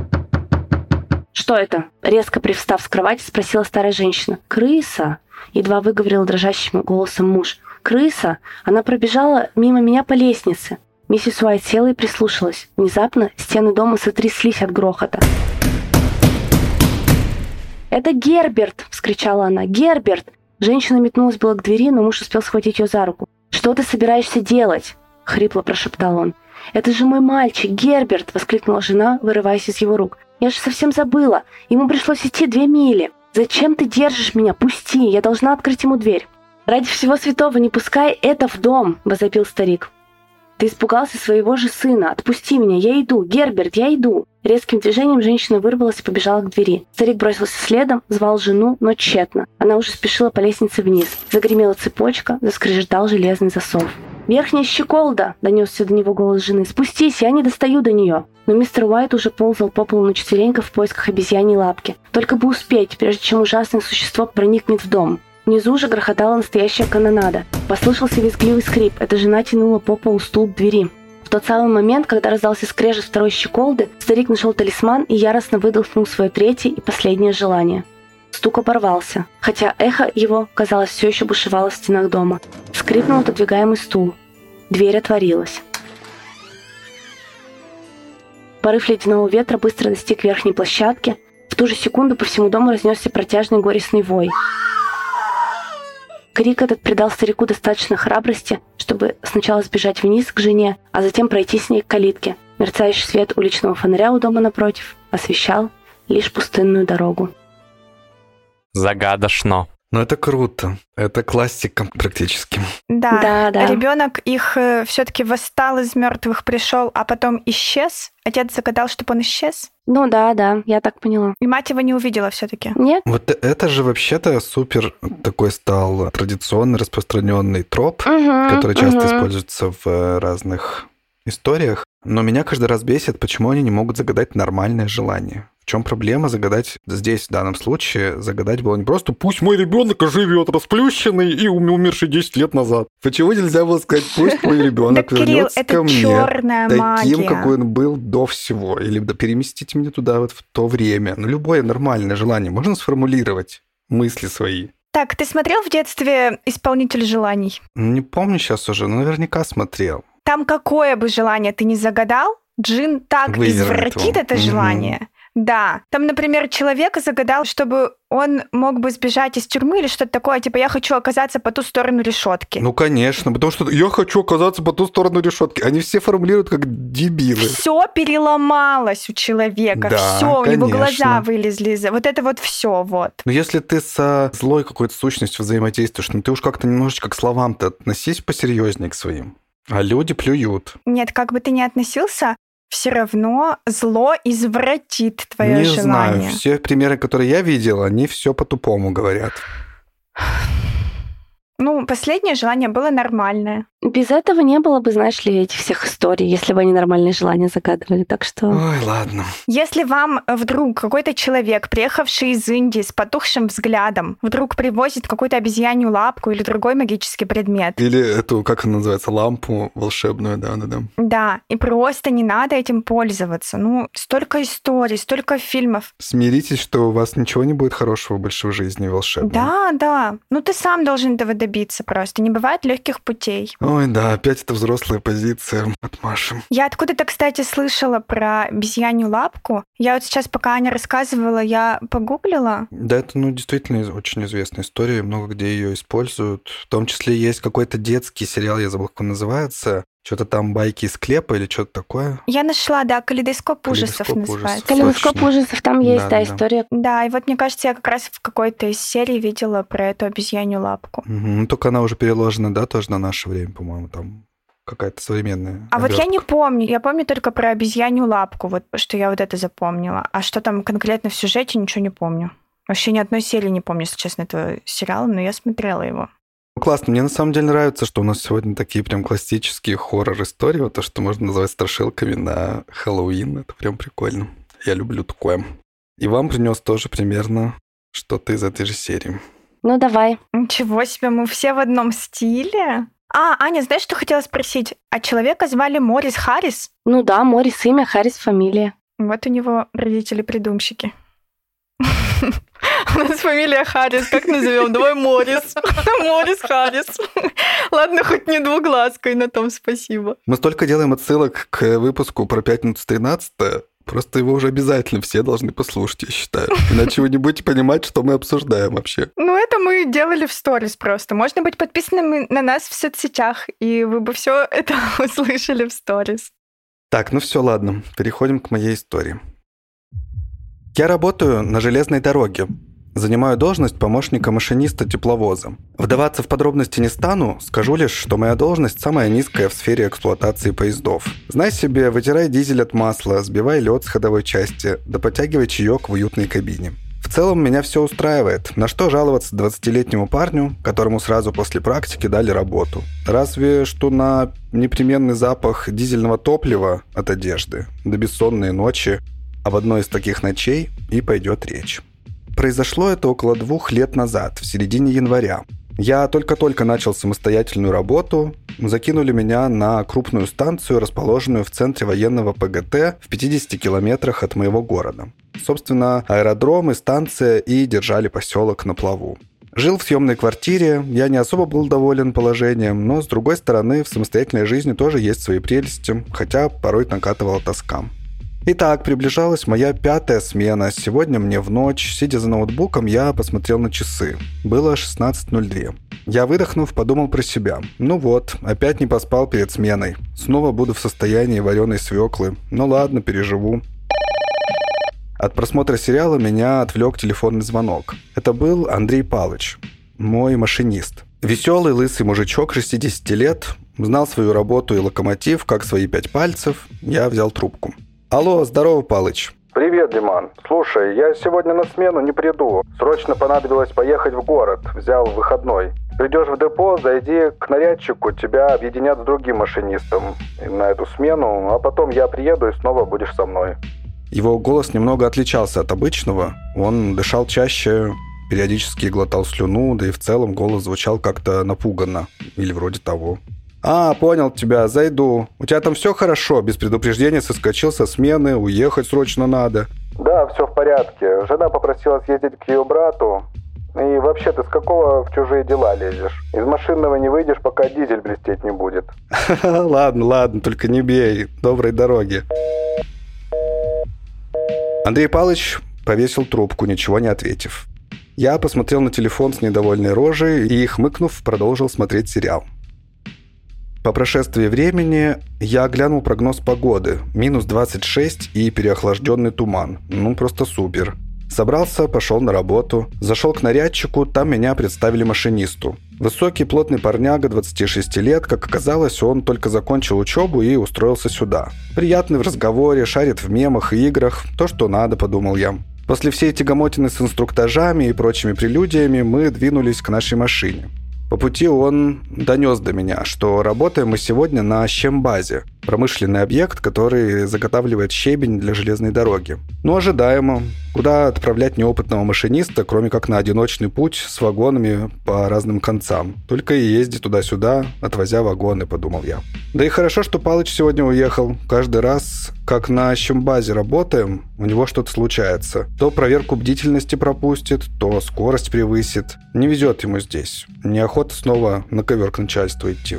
«Что это?» — резко привстав с кровати, спросила старая женщина. «Крыса!» — едва выговорил дрожащим голосом муж. «Крыса! Она пробежала мимо меня по лестнице». Миссис Уайт села и прислушалась. Внезапно стены дома сотряслись от грохота. «Это Герберт!» — вскричала она. «Герберт!» Женщина метнулась было к двери, но муж успел схватить ее за руку. «Что ты собираешься делать?» — хрипло прошептал он. «Это же мой мальчик, Герберт!» — воскликнула жена, вырываясь из его рук. «Я же совсем забыла. Ему пришлось идти две мили. Зачем ты держишь меня? Пусти! Я должна открыть ему дверь!» «Ради всего святого, не пускай это в дом!» — возопил старик. «Ты испугался своего же сына. Отпусти меня. Я иду. Герберт, я иду!» Резким движением женщина вырвалась и побежала к двери. Старик бросился следом, звал жену, но тщетно. Она уже спешила по лестнице вниз. Загремела цепочка, заскрежетал железный засов. «Верхняя щеколда!» — донесся до него голос жены. «Спустись, я не достаю до нее!» Но мистер Уайт уже ползал по полу на четвереньках в поисках обезьяньей лапки. Только бы успеть, прежде чем ужасное существо проникнет в дом. Внизу же грохотала настоящая канонада. Послышался визгливый скрип. Эта жена тянула по полу стул к двери. В тот самый момент, когда раздался скрежет второй щеколды, старик нашел талисман и яростно выдохнул свое третье и последнее желание. Стук оборвался, хотя эхо его, казалось, все еще бушевало в стенах дома. Скрипнул отодвигаемый стул. Дверь отворилась. Порыв ледяного ветра быстро достиг верхней площадки. В ту же секунду по всему дому разнесся протяжный горестный вой. Крик этот придал старику достаточно храбрости, чтобы сначала сбежать вниз к жене, а затем пройти с ней к калитке. Мерцающий свет уличного фонаря у дома напротив освещал лишь пустынную дорогу. Загадочно. Ну, это круто. Это классика практически. Да, Да, да. Ребенок их все-таки восстал из мертвых, пришел, а потом исчез. Отец загадал, чтобы он исчез. Ну да, да, я так поняла. И мать его не увидела все-таки. Нет? Вот это же вообще-то супер такой стал традиционный распространенный троп, Угу, который часто угу. используется в разных историях. Но меня каждый раз бесит, почему они не могут загадать нормальное желание. В чем проблема загадать здесь, в данном случае, загадать было не просто «пусть мой ребенок живет расплющенный и умерший десять лет назад». Почему нельзя было сказать «пусть мой ребенок Да, Кирилл, вернется это ко мне черная таким, магия. какой он был до всего»? Или да, переместите меня туда вот в то время. Ну, любое нормальное желание можно сформулировать, мысли свои. Так, ты смотрел в детстве «Исполнитель желаний»? Не помню сейчас уже, но наверняка смотрел. Там какое бы желание ты ни загадал, джин так Вывернет извратит его. это Мгм. желание, Да. Там, например, человек загадал, чтобы он мог бы сбежать из тюрьмы или что-то такое, типа «я хочу оказаться по ту сторону решетки». Ну, конечно, потому что я хочу оказаться по ту сторону решетки. Они все формулируют как дебилы. Все переломалось у человека, Да, все, у него конечно. глаза вылезли. из- Вот это вот все, вот. Но если ты со злой какой-то сущностью взаимодействуешь, ну ты уж как-то немножечко к словам-то относись посерьезнее к своим. А люди плюют. Нет, как бы ты ни относился, все равно зло извратит твое Не желание. знаю, все примеры, которые я видел, они все по-тупому говорят. Ну, последнее желание было нормальное. Без этого не было бы, знаешь ли, этих всех историй, если бы они нормальные желания загадывали. Так что... Ой, ладно. Если вам вдруг какой-то человек, приехавший из Индии с потухшим взглядом, вдруг привозит какую-то обезьянью лапку или другой магический предмет, Или эту, как она называется, лампу волшебную, да-да-да. да, и просто не надо этим пользоваться. Ну, столько историй, столько фильмов. Смиритесь, что у вас ничего не будет хорошего больше в жизни волшебного. Да, да. Ну, ты сам должен этого добиться просто. Не бывает легких путей. Ой, да, опять это взрослая позиция от Маши. Я откуда-то, кстати, слышала про обезьянью лапку. Я вот сейчас, пока Аня рассказывала, я погуглила. Да, это, ну, действительно из- очень известная история, много где ее используют. В том числе есть какой-то детский сериал, я забыл, как он называется. Что-то там байки из склепа или что-то такое. Я нашла, да, «Калейдоскоп ужасов» «Калейдоскоп называется. ужасов». Калейдоскоп Точно. ужасов, там есть, Да, да, да. история. Да, и вот мне кажется, я как раз в какой-то из серий видела про эту обезьянью лапку. Мгм. Ну, только она уже переложена, да, тоже на наше время, по-моему, там какая-то современная. А вот я не обертка. помню, я помню только про обезьянью лапку, вот что я вот это запомнила. А что там конкретно в сюжете, ничего не помню. Вообще ни одной серии не помню, если честно, этого сериала, но я смотрела его. Ну, классно. Мне на самом деле нравится, что у нас сегодня такие прям классические хоррор-истории, вот то, что можно называть страшилками на Хэллоуин. Это прям прикольно. Я люблю такое. И вам принес тоже примерно что-то из этой же серии. Ну, давай. Ничего себе, мы все в одном стиле. А, Аня, знаешь, что хотела спросить? А человека звали Морис Харрис? Ну да, Морис имя, Харрис фамилия. Вот у него родители-придумщики. У нас фамилия Харрис, как назовем? Давай Морис. Морис Харрис. Ладно, хоть не двуглазкой, на том спасибо. Мы столько делаем отсылок к выпуску про пятницу тринадцатое, просто его уже обязательно все должны послушать, я считаю. Иначе вы не будете понимать, что мы обсуждаем вообще. Ну, это мы делали в сторис просто. Можно быть подписанными на нас в соцсетях, и вы бы все это услышали в сторис. Так, ну все, ладно, переходим к моей истории. Я работаю на железной дороге. Занимаю должность помощника машиниста тепловоза. Вдаваться в подробности не стану, скажу лишь, что моя должность самая низкая в сфере эксплуатации поездов. Знай себе, вытирай дизель от масла, сбивай лед с ходовой части, да подтягивай чаек в уютной кабине. В целом меня все устраивает. На что жаловаться двадцатилетнему парню, которому сразу после практики дали работу? Разве что на непременный запах дизельного топлива от одежды, до бессонные ночи, а в одной из таких ночей и пойдет речь. Произошло это около двух лет назад, в середине января. Я только-только начал самостоятельную работу, закинули меня на крупную станцию, расположенную в центре военного ПГТ в пятидесяти километрах от моего города. Собственно, аэродром и станция и держали поселок на плаву. Жил в съемной квартире, я не особо был доволен положением, но, с другой стороны, в самостоятельной жизни тоже есть свои прелести, хотя порой накатывала тоска. Итак, приближалась моя пятая смена. Сегодня мне в ночь, сидя за ноутбуком, я посмотрел на часы. Было шестнадцать ноль два. Я, выдохнув, подумал про себя. Ну вот, опять не поспал перед сменой. Снова буду в состоянии вареной свеклы. Ну ладно, переживу. От просмотра сериала меня отвлек телефонный звонок. Это был Андрей Палыч, мой машинист. Веселый лысый мужичок шестидесяти лет, знал свою работу и локомотив, как свои пять пальцев. Я взял трубку. Алло, здорово, Палыч. Привет, Диман. Слушай, я сегодня на смену не приду. Срочно понадобилось поехать в город. Взял выходной. Придешь в депо, зайди к нарядчику, тебя объединят с другим машинистом на эту смену, а потом я приеду и снова будешь со мной. Его голос немного отличался от обычного. Он дышал чаще, периодически глотал слюну, да и в целом голос звучал как-то напуганно. Или вроде того. «А, понял тебя, зайду. У тебя там все хорошо? Без предупреждения соскочил со смены, уехать срочно надо». Да, все в порядке. Жена попросила съездить к ее брату. И вообще, ты с какого в чужие дела лезешь? Из машинного не выйдешь, пока дизель блестеть не будет. Ладно, ладно, только не бей. Доброй дороги. Андрей Павлович повесил трубку, ничего не ответив. Я посмотрел на телефон с недовольной рожей и, хмыкнув, продолжил смотреть сериал. По прошествии времени я глянул прогноз погоды. минус двадцать шесть и переохлажденный туман. Ну, просто супер. Собрался, пошел на работу. Зашел к нарядчику, там меня представили машинисту. Высокий, плотный парняга, двадцати шести лет. Как оказалось, он только закончил учебу и устроился сюда. Приятный в разговоре, шарит в мемах и играх. То, что надо, подумал я. После всей тягомотины с инструктажами и прочими прелюдиями мы двинулись к нашей машине. По пути он донес до меня, что работаем мы сегодня на щембазе, промышленный объект, который заготавливает щебень для железной дороги. Ну, ожидаемо. Куда отправлять неопытного машиниста, кроме как на одиночный путь с вагонами по разным концам. Только и ездить туда-сюда, отвозя вагоны, подумал я. Да и хорошо, что Палыч сегодня уехал. Каждый раз, как на щембазе работаем, у него что-то случается. То проверку бдительности пропустит, то скорость превысит. Не везет ему здесь. Неохота снова на ковер к начальству идти.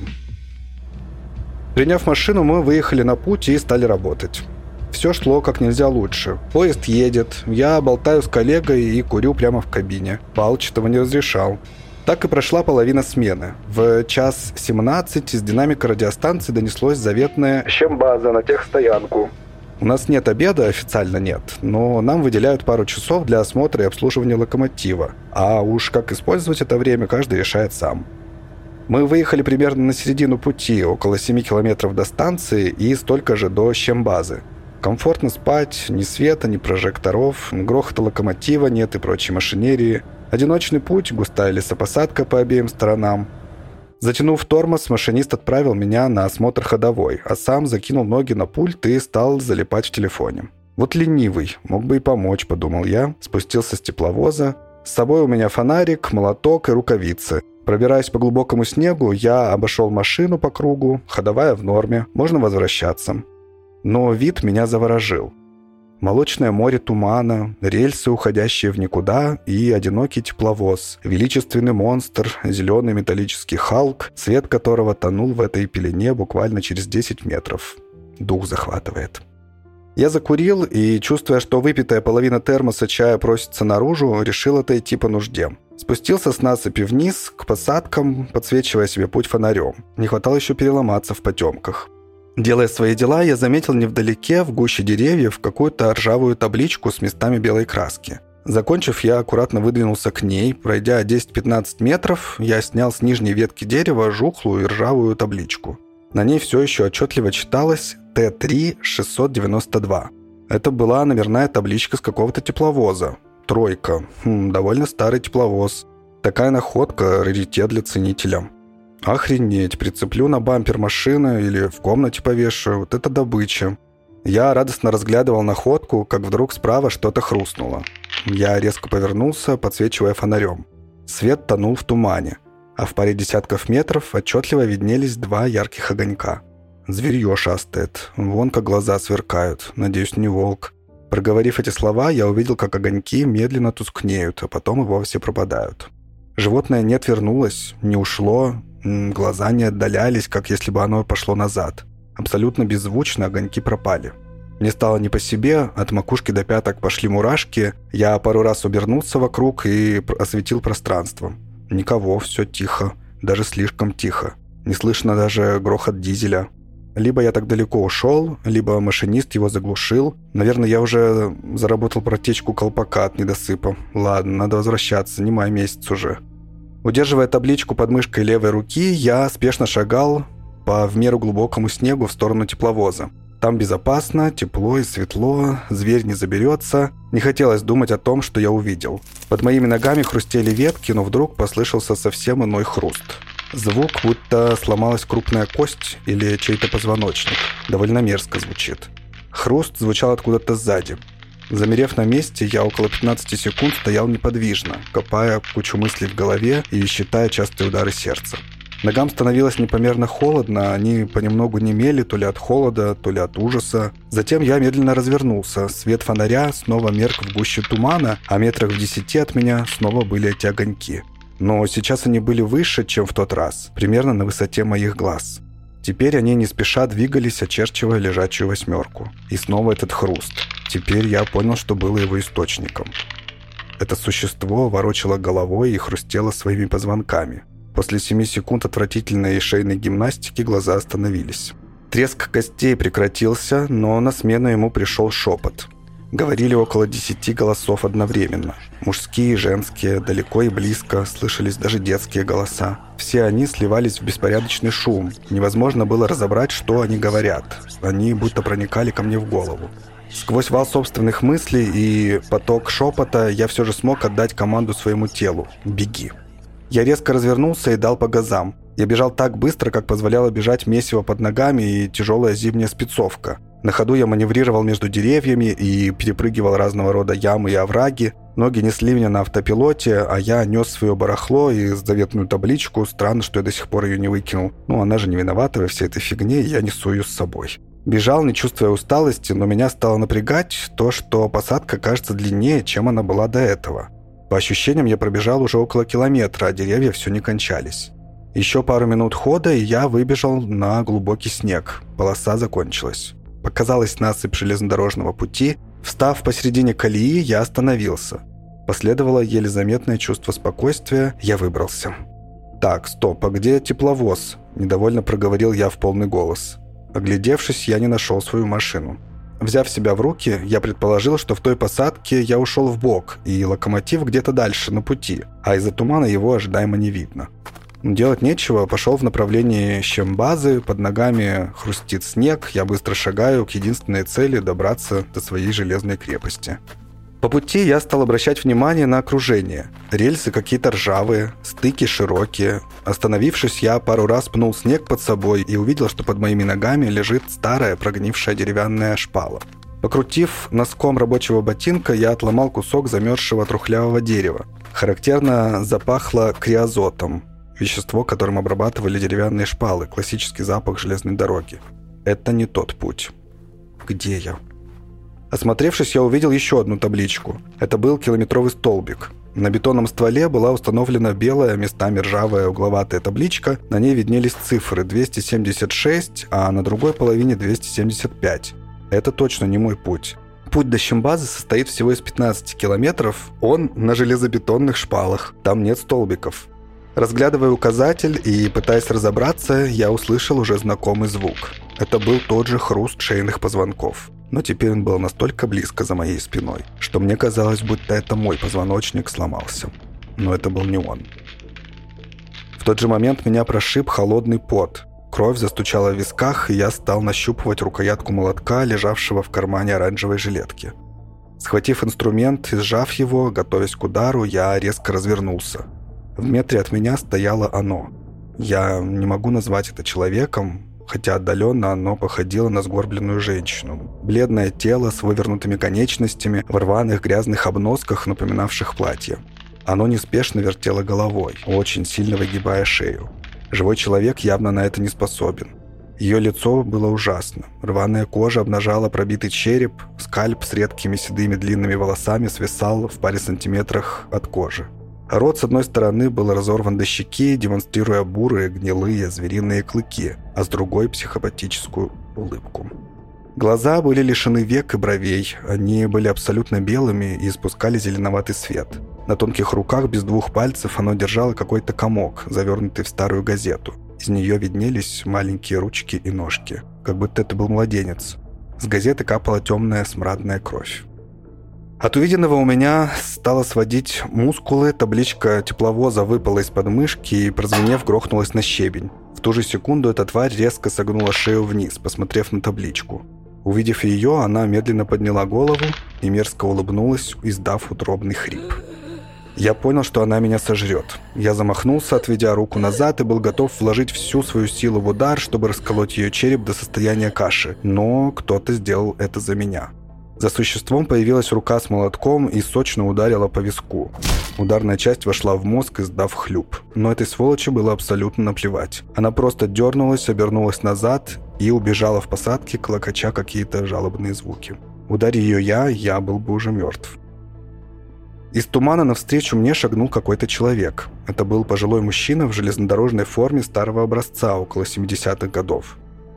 Приняв машину, мы выехали на путь и стали работать. Все шло как нельзя лучше. Поезд едет, я болтаю с коллегой и курю прямо в кабине. Палыч этого не разрешал. Так и прошла половина смены. В час семнадцать из динамика радиостанции донеслось заветное «Щембаза на техстоянку». У нас нет обеда, официально нет, но нам выделяют пару часов для осмотра и обслуживания локомотива. А уж как использовать это время, каждый решает сам. Мы выехали примерно на середину пути, около семи километров до станции и столько же до щембазы. Комфортно спать, ни света, ни прожекторов, грохота локомотива нет и прочей машинерии. Одиночный путь, густая лесопосадка по обеим сторонам. Затянув тормоз, машинист отправил меня на осмотр ходовой, а сам закинул ноги на пульт и стал залипать в телефоне. Вот ленивый, мог бы и помочь, подумал я, спустился с тепловоза. С собой у меня фонарик, молоток и рукавицы. Пробираясь по глубокому снегу, я обошел машину по кругу, ходовая в норме, можно возвращаться. Но вид меня заворожил. Молочное море тумана, рельсы, уходящие в никуда, и одинокий тепловоз, величественный монстр, зеленый металлический Халк, цвет которого тонул в этой пелене буквально через десять метров. Дух захватывает. Я закурил и, чувствуя, что выпитая половина термоса чая просится наружу, решил отойти по нужде. Спустился с насыпи вниз, к посадкам, подсвечивая себе путь фонарем. Не хватало еще переломаться в потемках. Делая свои дела, я заметил невдалеке, в гуще деревьев, какую-то ржавую табличку с местами белой краски. Закончив, я аккуратно выдвинулся к ней. Пройдя десять-пятнадцать метров, я снял с нижней ветки дерева жухлую и ржавую табличку. На ней все еще отчетливо читалось Т три шестьсот девяносто два. Это была номерная табличка с какого-то тепловоза. Тройка. Хм, довольно старый тепловоз. Такая находка, раритет для ценителя. Охренеть, прицеплю на бампер машины или в комнате повешу. Вот это добыча. Я радостно разглядывал находку, как вдруг справа что-то хрустнуло. Я резко повернулся, подсвечивая фонарем. Свет тонул в тумане, а в паре десятков метров отчетливо виднелись два ярких огонька. Зверье шастает, вон как глаза сверкают, надеюсь, не волк. Проговорив эти слова, я увидел, как огоньки медленно тускнеют, а потом и вовсе пропадают. Животное не отвернулось, не ушло, глаза не отдалялись, как если бы оно пошло назад. Абсолютно беззвучно огоньки пропали. Мне стало не по себе, от макушки до пяток пошли мурашки. Я пару раз обернулся вокруг и осветил пространство. Никого, все тихо, даже слишком тихо. Не слышно даже грохот дизеля. Либо я так далеко ушел, либо машинист его заглушил. Наверное, я уже заработал протечку колпака от недосыпа. Ладно, надо возвращаться, не май месяц уже. Удерживая табличку под мышкой левой руки, я спешно шагал по в меру глубокому снегу в сторону тепловоза. Там безопасно, тепло и светло, зверь не заберется. Не хотелось думать о том, что я увидел. Под моими ногами хрустели ветки, но вдруг послышался совсем иной хруст. Звук, будто сломалась крупная кость или чей-то позвоночник. Довольно мерзко звучит. Хруст звучал откуда-то сзади. Замерев на месте, я около пятнадцати секунд стоял неподвижно, копая кучу мыслей в голове и считая частые удары сердца. Ногам становилось непомерно холодно, они понемногу немели то ли от холода, то ли от ужаса. Затем я медленно развернулся. Свет фонаря снова мерк в гуще тумана, а метрах в десяти от меня снова были эти огоньки. Но сейчас они были выше, чем в тот раз, примерно на высоте моих глаз. Теперь они не спеша двигались, очерчивая лежачую восьмерку. И снова этот хруст. Теперь я понял, что было его источником. Это существо ворочало головой и хрустело своими позвонками. После семи секунд отвратительной шейной гимнастики глаза остановились. Треск костей прекратился, но на смену ему пришел шепот. Говорили около десяти голосов одновременно. Мужские и женские, далеко и близко, слышались даже детские голоса. Все они сливались в беспорядочный шум. Невозможно было разобрать, что они говорят. Они будто проникали ко мне в голову. Сквозь вал собственных мыслей и поток шепота я все же смог отдать команду своему телу. «Беги». Я резко развернулся и дал по газам. Я бежал так быстро, как позволяло бежать месиво под ногами и тяжелая зимняя спецовка. На ходу я маневрировал между деревьями и перепрыгивал разного рода ямы и овраги. Ноги несли меня на автопилоте, а я нес свое барахло и заветную табличку. Странно, что я до сих пор ее не выкинул. Ну, она же не виновата во всей этой фигне, и я несу ее с собой. Бежал, не чувствуя усталости, но меня стало напрягать то, что посадка кажется длиннее, чем она была до этого. По ощущениям, я пробежал уже около километра, а деревья все не кончались. Еще пару минут хода, и я выбежал на глубокий снег. Полоса закончилась. Показалась насыпь железнодорожного пути. Встав посередине колеи, я остановился. Последовало еле заметное чувство спокойствия. Я выбрался. «Так, стоп, а где тепловоз?» – недовольно проговорил я в полный голос. Оглядевшись, я не нашел свою машину. Взяв себя в руки, я предположил, что в той посадке я ушел вбок, и локомотив где-то дальше, на пути, а из-за тумана его ожидаемо не видно. Делать нечего, пошел в направлении щембазы, под ногами хрустит снег, я быстро шагаю к единственной цели – добраться до своей железной крепости. По пути я стал обращать внимание на окружение. Рельсы какие-то ржавые, стыки широкие. Остановившись, я пару раз пнул снег под собой и увидел, что под моими ногами лежит старая прогнившая деревянная шпала. Покрутив носком рабочего ботинка, я отломал кусок замерзшего трухлявого дерева. Характерно запахло криозотом. Вещество, которым обрабатывали деревянные шпалы, классический запах железной дороги. Это не тот путь. Где я? Осмотревшись, я увидел еще одну табличку. Это был километровый столбик. На бетонном стволе была установлена белая, местами ржавая угловатая табличка. На ней виднелись цифры двести семьдесят шесть, а на другой половине двести семьдесят пять. Это точно не мой путь. Путь до щембазы состоит всего из пятнадцати километров. Он на железобетонных шпалах. Там нет столбиков. Разглядывая указатель и пытаясь разобраться, я услышал уже знакомый звук. Это был тот же хруст шейных позвонков. Но теперь он был настолько близко за моей спиной, что мне казалось, будто это мой позвоночник сломался. Но это был не он. В тот же момент меня прошиб холодный пот. Кровь застучала в висках, и я стал нащупывать рукоятку молотка, лежавшего в кармане оранжевой жилетки. Схватив инструмент и сжав его, готовясь к удару, я резко развернулся. В метре от меня стояло оно. Я не могу назвать это человеком, хотя отдаленно оно походило на сгорбленную женщину. Бледное тело с вывернутыми конечностями, в рваных грязных обносках, напоминавших платье. Оно неспешно вертело головой, очень сильно выгибая шею. Живой человек явно на это не способен. Ее лицо было ужасно. Рваная кожа обнажала пробитый череп, скальп с редкими седыми длинными волосами свисал в паре сантиметрах от кожи. Рот с одной стороны был разорван до щеки, демонстрируя бурые, гнилые, звериные клыки, а с другой – психопатическую улыбку. Глаза были лишены век и бровей, они были абсолютно белыми и испускали зеленоватый свет. На тонких руках без двух пальцев оно держало какой-то комок, завернутый в старую газету. Из нее виднелись маленькие ручки и ножки, как будто это был младенец. С газеты капала темная смрадная кровь. От увиденного у меня стало сводить мускулы, табличка тепловоза выпала из-под мышки и, прозвенев, грохнулась на щебень. В ту же секунду эта тварь резко согнула шею вниз, посмотрев на табличку. Увидев ее, она медленно подняла голову и мерзко улыбнулась, издав утробный хрип. Я понял, что она меня сожрет. Я замахнулся, отведя руку назад, и был готов вложить всю свою силу в удар, чтобы расколоть ее череп до состояния каши. Но кто-то сделал это за меня. За существом появилась рука с молотком и сочно ударила по виску. Ударная часть вошла в мозг, издав хлюп. Но этой сволочи было абсолютно наплевать. Она просто дернулась, обернулась назад и убежала в посадке, клокоча какие-то жалобные звуки. Ударь ее я, я был бы уже мертв. Из тумана навстречу мне шагнул какой-то человек. Это был пожилой мужчина в железнодорожной форме старого образца, около семидесятых годов.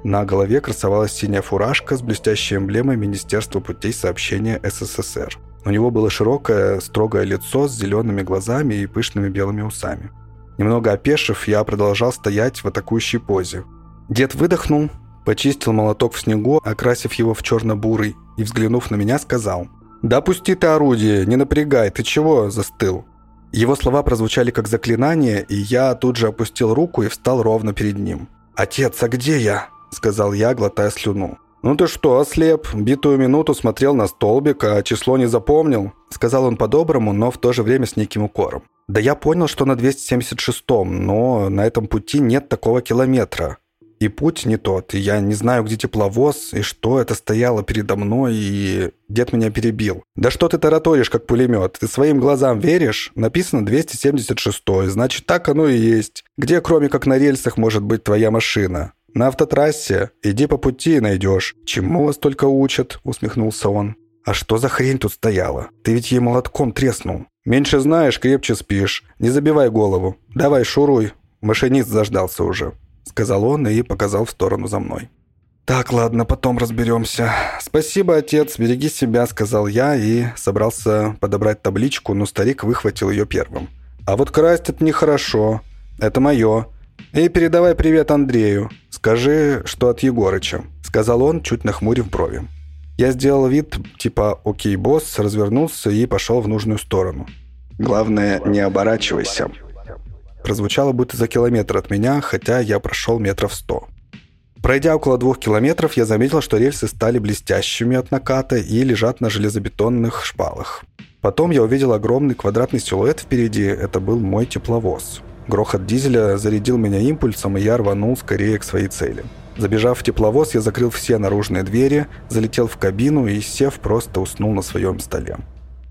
На голове красовалась синяя фуражка с блестящей эмблемой Министерства путей сообщения СССР. У него было широкое, строгое лицо с зелеными глазами и пышными белыми усами. Немного опешив, я продолжал стоять в атакующей позе. Дед выдохнул, почистил молоток в снегу, окрасив его в черно-бурый, и, взглянув на меня, сказал: «Да пусти ты орудие, не напрягай, ты чего застыл?» Его слова прозвучали как заклинание, и я тут же опустил руку и встал ровно перед ним. «Отец, а где я?» – сказал я, глотая слюну. «Ну ты что, ослеп? Битую минуту смотрел на столбик, а число не запомнил?» – сказал он по-доброму, но в то же время с неким укором. «Да я понял, что на двести семьдесят шестом, но на этом пути нет такого километра. И путь не тот, и я не знаю, где тепловоз, и что это стояло передо мной, и...» Дед меня перебил. «Да что ты тараторишь, как пулемет? Ты своим глазам веришь? Написано двести семьдесят шестой, значит, так оно и есть. Где, кроме как на рельсах, может быть твоя машина? На автотрассе? Иди по пути и найдешь. Чему вас только учат?» — усмехнулся он. «А что за хрень тут стояла? Ты ведь ей молотком треснул. Меньше знаешь, крепче спишь. Не забивай голову. Давай, шуруй. Машинист заждался уже», — сказал он и показал в сторону за мной. «Так, ладно, потом разберемся. Спасибо, отец, береги себя», — сказал я и собрался подобрать табличку, но старик выхватил ее первым. «А вот красть это нехорошо. Это мое. И передавай привет Андрею. Скажи, что от Егорыча», — сказал он, чуть нахмурив брови. Я сделал вид типа «Окей, босс», развернулся и пошел в нужную сторону. «Главное, не оборачивайся». Прозвучало будто за километр от меня, хотя я прошел метров сто. Пройдя около двух километров, я заметил, что рельсы стали блестящими от наката и лежат на железобетонных шпалах. Потом я увидел огромный квадратный силуэт впереди. Это был мой тепловоз. Грохот дизеля зарядил меня импульсом, и я рванул скорее к своей цели. Забежав в тепловоз, я закрыл все наружные двери, залетел в кабину и, сев, просто уснул на своем столе.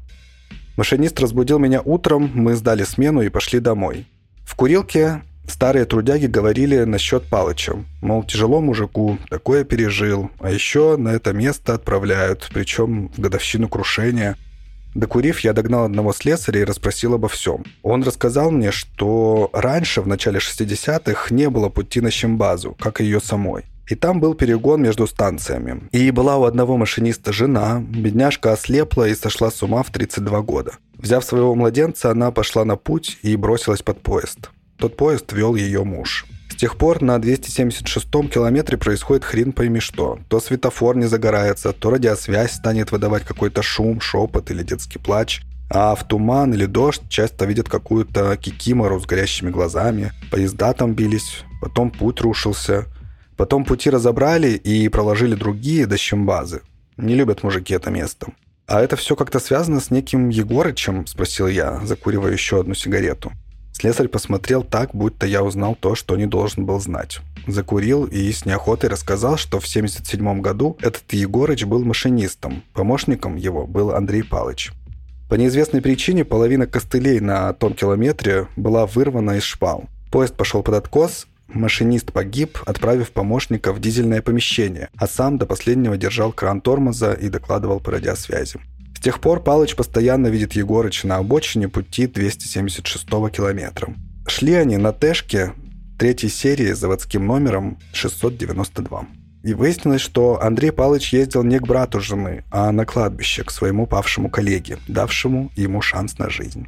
Машинист разбудил меня утром, мы сдали смену и пошли домой. В курилке старые трудяги говорили насчет Палыча. Мол, тяжело мужику, такое пережил, а еще на это место отправляют, причем в годовщину крушения. Докурив, я догнал одного слесаря и расспросил обо всем. Он рассказал мне, что раньше, в начале шестидесятых, не было пути на Чимбазу, как и ее самой. И там был перегон между станциями. И была у одного машиниста жена, бедняжка ослепла и сошла с ума в тридцать два года. Взяв своего младенца, она пошла на путь и бросилась под поезд. Тот поезд вел ее муж. С тех пор на двести семьдесят шестом километре происходит хрен пойми что. То светофор не загорается, то радиосвязь станет выдавать какой-то шум, шепот или детский плач. А в туман или дождь часто видят какую-то кикимору с горящими глазами. Поезда там бились, потом путь рушился. Потом пути разобрали и проложили другие до Чимбазы. Не любят мужики это место. «А это все как-то связано с неким Егорычем?» – спросил я, закуривая еще одну сигарету. Слесарь посмотрел так, будто я узнал то, что не должен был знать. Закурил и с неохотой рассказал, что в семьдесят седьмом году этот Егорыч был машинистом. Помощником его был Андрей Палыч. По неизвестной причине половина костылей на том километре была вырвана из шпал. Поезд пошел под откос, машинист погиб, отправив помощника в дизельное помещение, а сам до последнего держал кран тормоза и докладывал по радиосвязи. С тех пор Палыч постоянно видит Егорыча на обочине пути двести семьдесят шестого километра. Шли они на Тэшке третьей серии с заводским номером шестьсот девяносто два. И выяснилось, что Андрей Палыч ездил не к брату жены, а на кладбище, к своему павшему коллеге, давшему ему шанс на жизнь.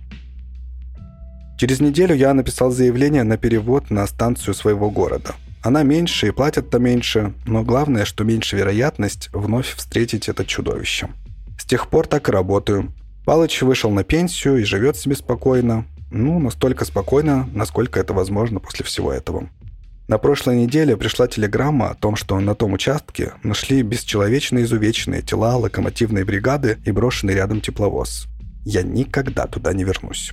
Через неделю я написал заявление на перевод на станцию своего города. Она меньше и платят-то меньше, но главное, что меньше вероятность вновь встретить это чудовище. С тех пор так и работаю. Палыч вышел на пенсию и живет себе спокойно. Ну, настолько спокойно, насколько это возможно после всего этого. На прошлой неделе пришла телеграмма о том, что на том участке нашли бесчеловечно изувеченные тела локомотивной бригады и брошенный рядом тепловоз. Я никогда туда не вернусь.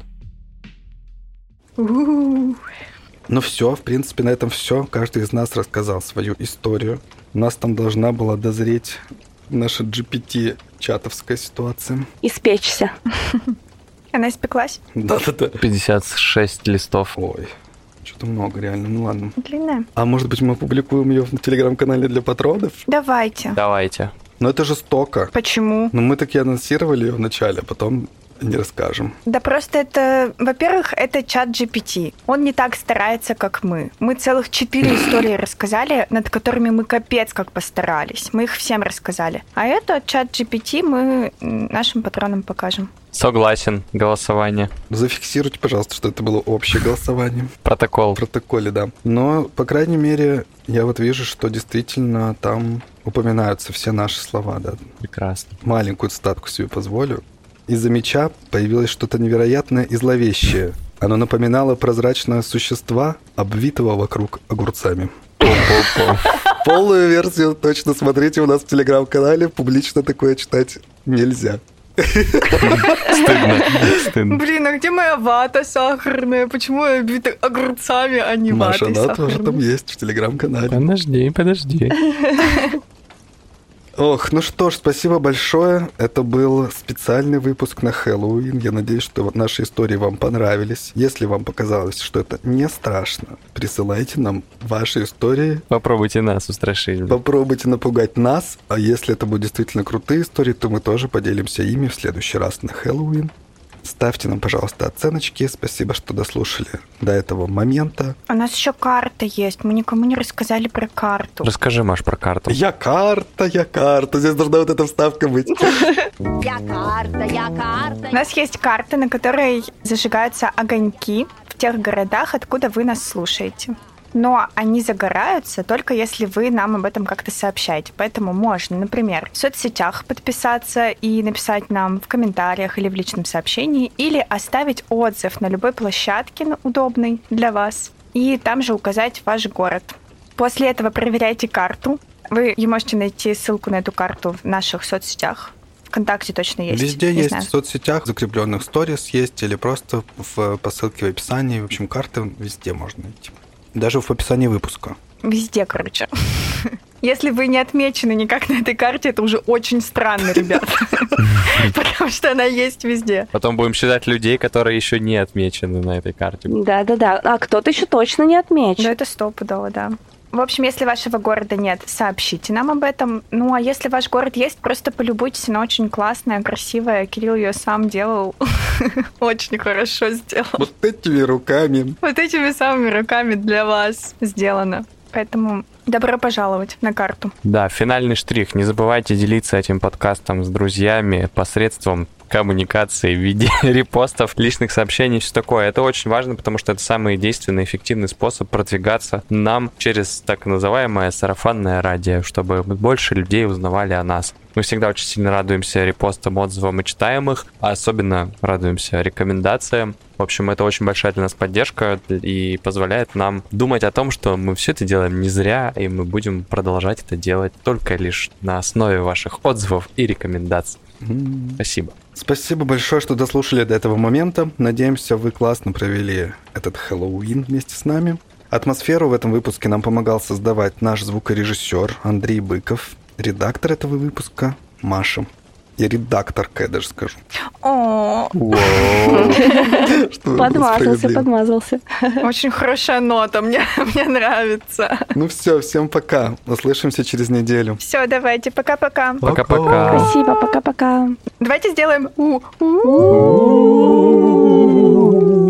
У-у-у. Ну все, в принципе, на этом все. Каждый из нас рассказал свою историю. У нас там должна была дозреть наша джи пи ти-чатовская ситуация. Испечься. Она испеклась? Да-да-да. пятьдесят шесть листов. Ой, что-то много реально, ну ладно. Длинная. А может быть, мы опубликуем ее в телеграм-канале для патронов? Давайте. Давайте. Но это жестоко. Почему? Ну мы таки анонсировали ее вначале, а потом не расскажем. Да просто это, во-первых, это чат джи пи ти. Он не так старается, как мы. Мы целых четыре истории рассказали, над которыми мы капец как постарались. Мы их всем рассказали. А это чат джи пи ти мы нашим патронам покажем. Согласен. Голосование. Зафиксируйте, пожалуйста, что это было общее голосование. Протокол. В протоколе, да. Но, по крайней мере, я вот вижу, что действительно там упоминаются все наши слова, да. Прекрасно. Маленькую цитатку себе позволю. Из-за меча появилось что-то невероятное и зловещее. Оно напоминало прозрачного существа, обвитого вокруг огурцами. Полную версию точно смотрите у нас в телеграм-канале. Публично такое читать нельзя. Стыдно. Стыдно. Блин, а где моя вата сахарная? Почему я обвита огурцами, а не Маша, ватой она сахарной? тоже там есть в телеграм-канале. Подожди, подожди. Ох, ну что ж, спасибо большое. Это был специальный выпуск на Хэллоуин. Я надеюсь, что наши истории вам понравились. Если вам показалось, что это не страшно, присылайте нам ваши истории. Попробуйте нас устрашить. Попробуйте напугать нас. А если это будут действительно крутые истории, то мы тоже поделимся ими в следующий раз на Хэллоуин. Ставьте нам, пожалуйста, оценочки. Спасибо, что дослушали до этого момента. У нас еще карта есть. Мы никому не рассказали про карту. Расскажи, Маш, про карту. Я карта, я карта. Здесь должна вот эта вставка быть. Я карта, я карта. У нас есть карта, на которой зажигаются огоньки в тех городах, откуда вы нас слушаете. Но они загораются только если вы нам об этом как-то сообщаете. Поэтому можно, например, в соцсетях подписаться и написать нам в комментариях или в личном сообщении, или оставить отзыв на любой площадке удобной для вас, и там же указать ваш город. После этого проверяйте карту. Вы можете найти ссылку на эту карту в наших соцсетях. ВКонтакте точно есть. Везде не есть, знаю. в соцсетях, в закрепленных сторис есть, или просто в, по ссылке в описании. В общем, карты везде можно найти. Даже в описании выпуска. Везде, короче. Если вы не отмечены никак на этой карте, это уже очень странно, ребят. Потому что она есть везде. Потом будем считать людей, которые еще не отмечены на этой карте. Да-да-да. А кто-то еще точно не Ну, отмечен. это стопудово, да. В общем, если вашего города нет, сообщите нам об этом. Ну, а если ваш город есть, просто полюбуйтесь. Она очень классная, красивая. Кирилл ее сам делал. Очень хорошо сделал. Вот этими руками. Вот этими самыми руками для вас сделано. Поэтому добро пожаловать на карту. Да, финальный штрих. Не забывайте делиться этим подкастом с друзьями посредством коммуникации в виде репостов, личных сообщений, все такое. Это очень важно, потому что это самый действенный, эффективный способ продвигаться нам через так называемое сарафанное радио, чтобы больше людей узнавали о нас. Мы всегда очень сильно радуемся репостам, отзывам и читаем их, а особенно радуемся рекомендациям. В общем, это очень большая для нас поддержка и позволяет нам думать о том, что мы все это делаем не зря, и мы будем продолжать это делать только лишь на основе ваших отзывов и рекомендаций. Mm. Спасибо. Спасибо большое, что дослушали до этого момента. Надеемся, вы классно провели этот Хэллоуин вместе с нами. Атмосферу в этом выпуске нам помогал создавать наш звукорежиссер Андрей Быков, редактор этого выпуска Маша. И редакторка, я даже скажу. О, Подмазался, подмазался. очень хорошая нота, мне, мне нравится. Ну все, всем пока. Услышимся через неделю. Все, давайте, пока-пока. Пока-пока. Спасибо, пока-пока. Давайте сделаем у. У-у-у.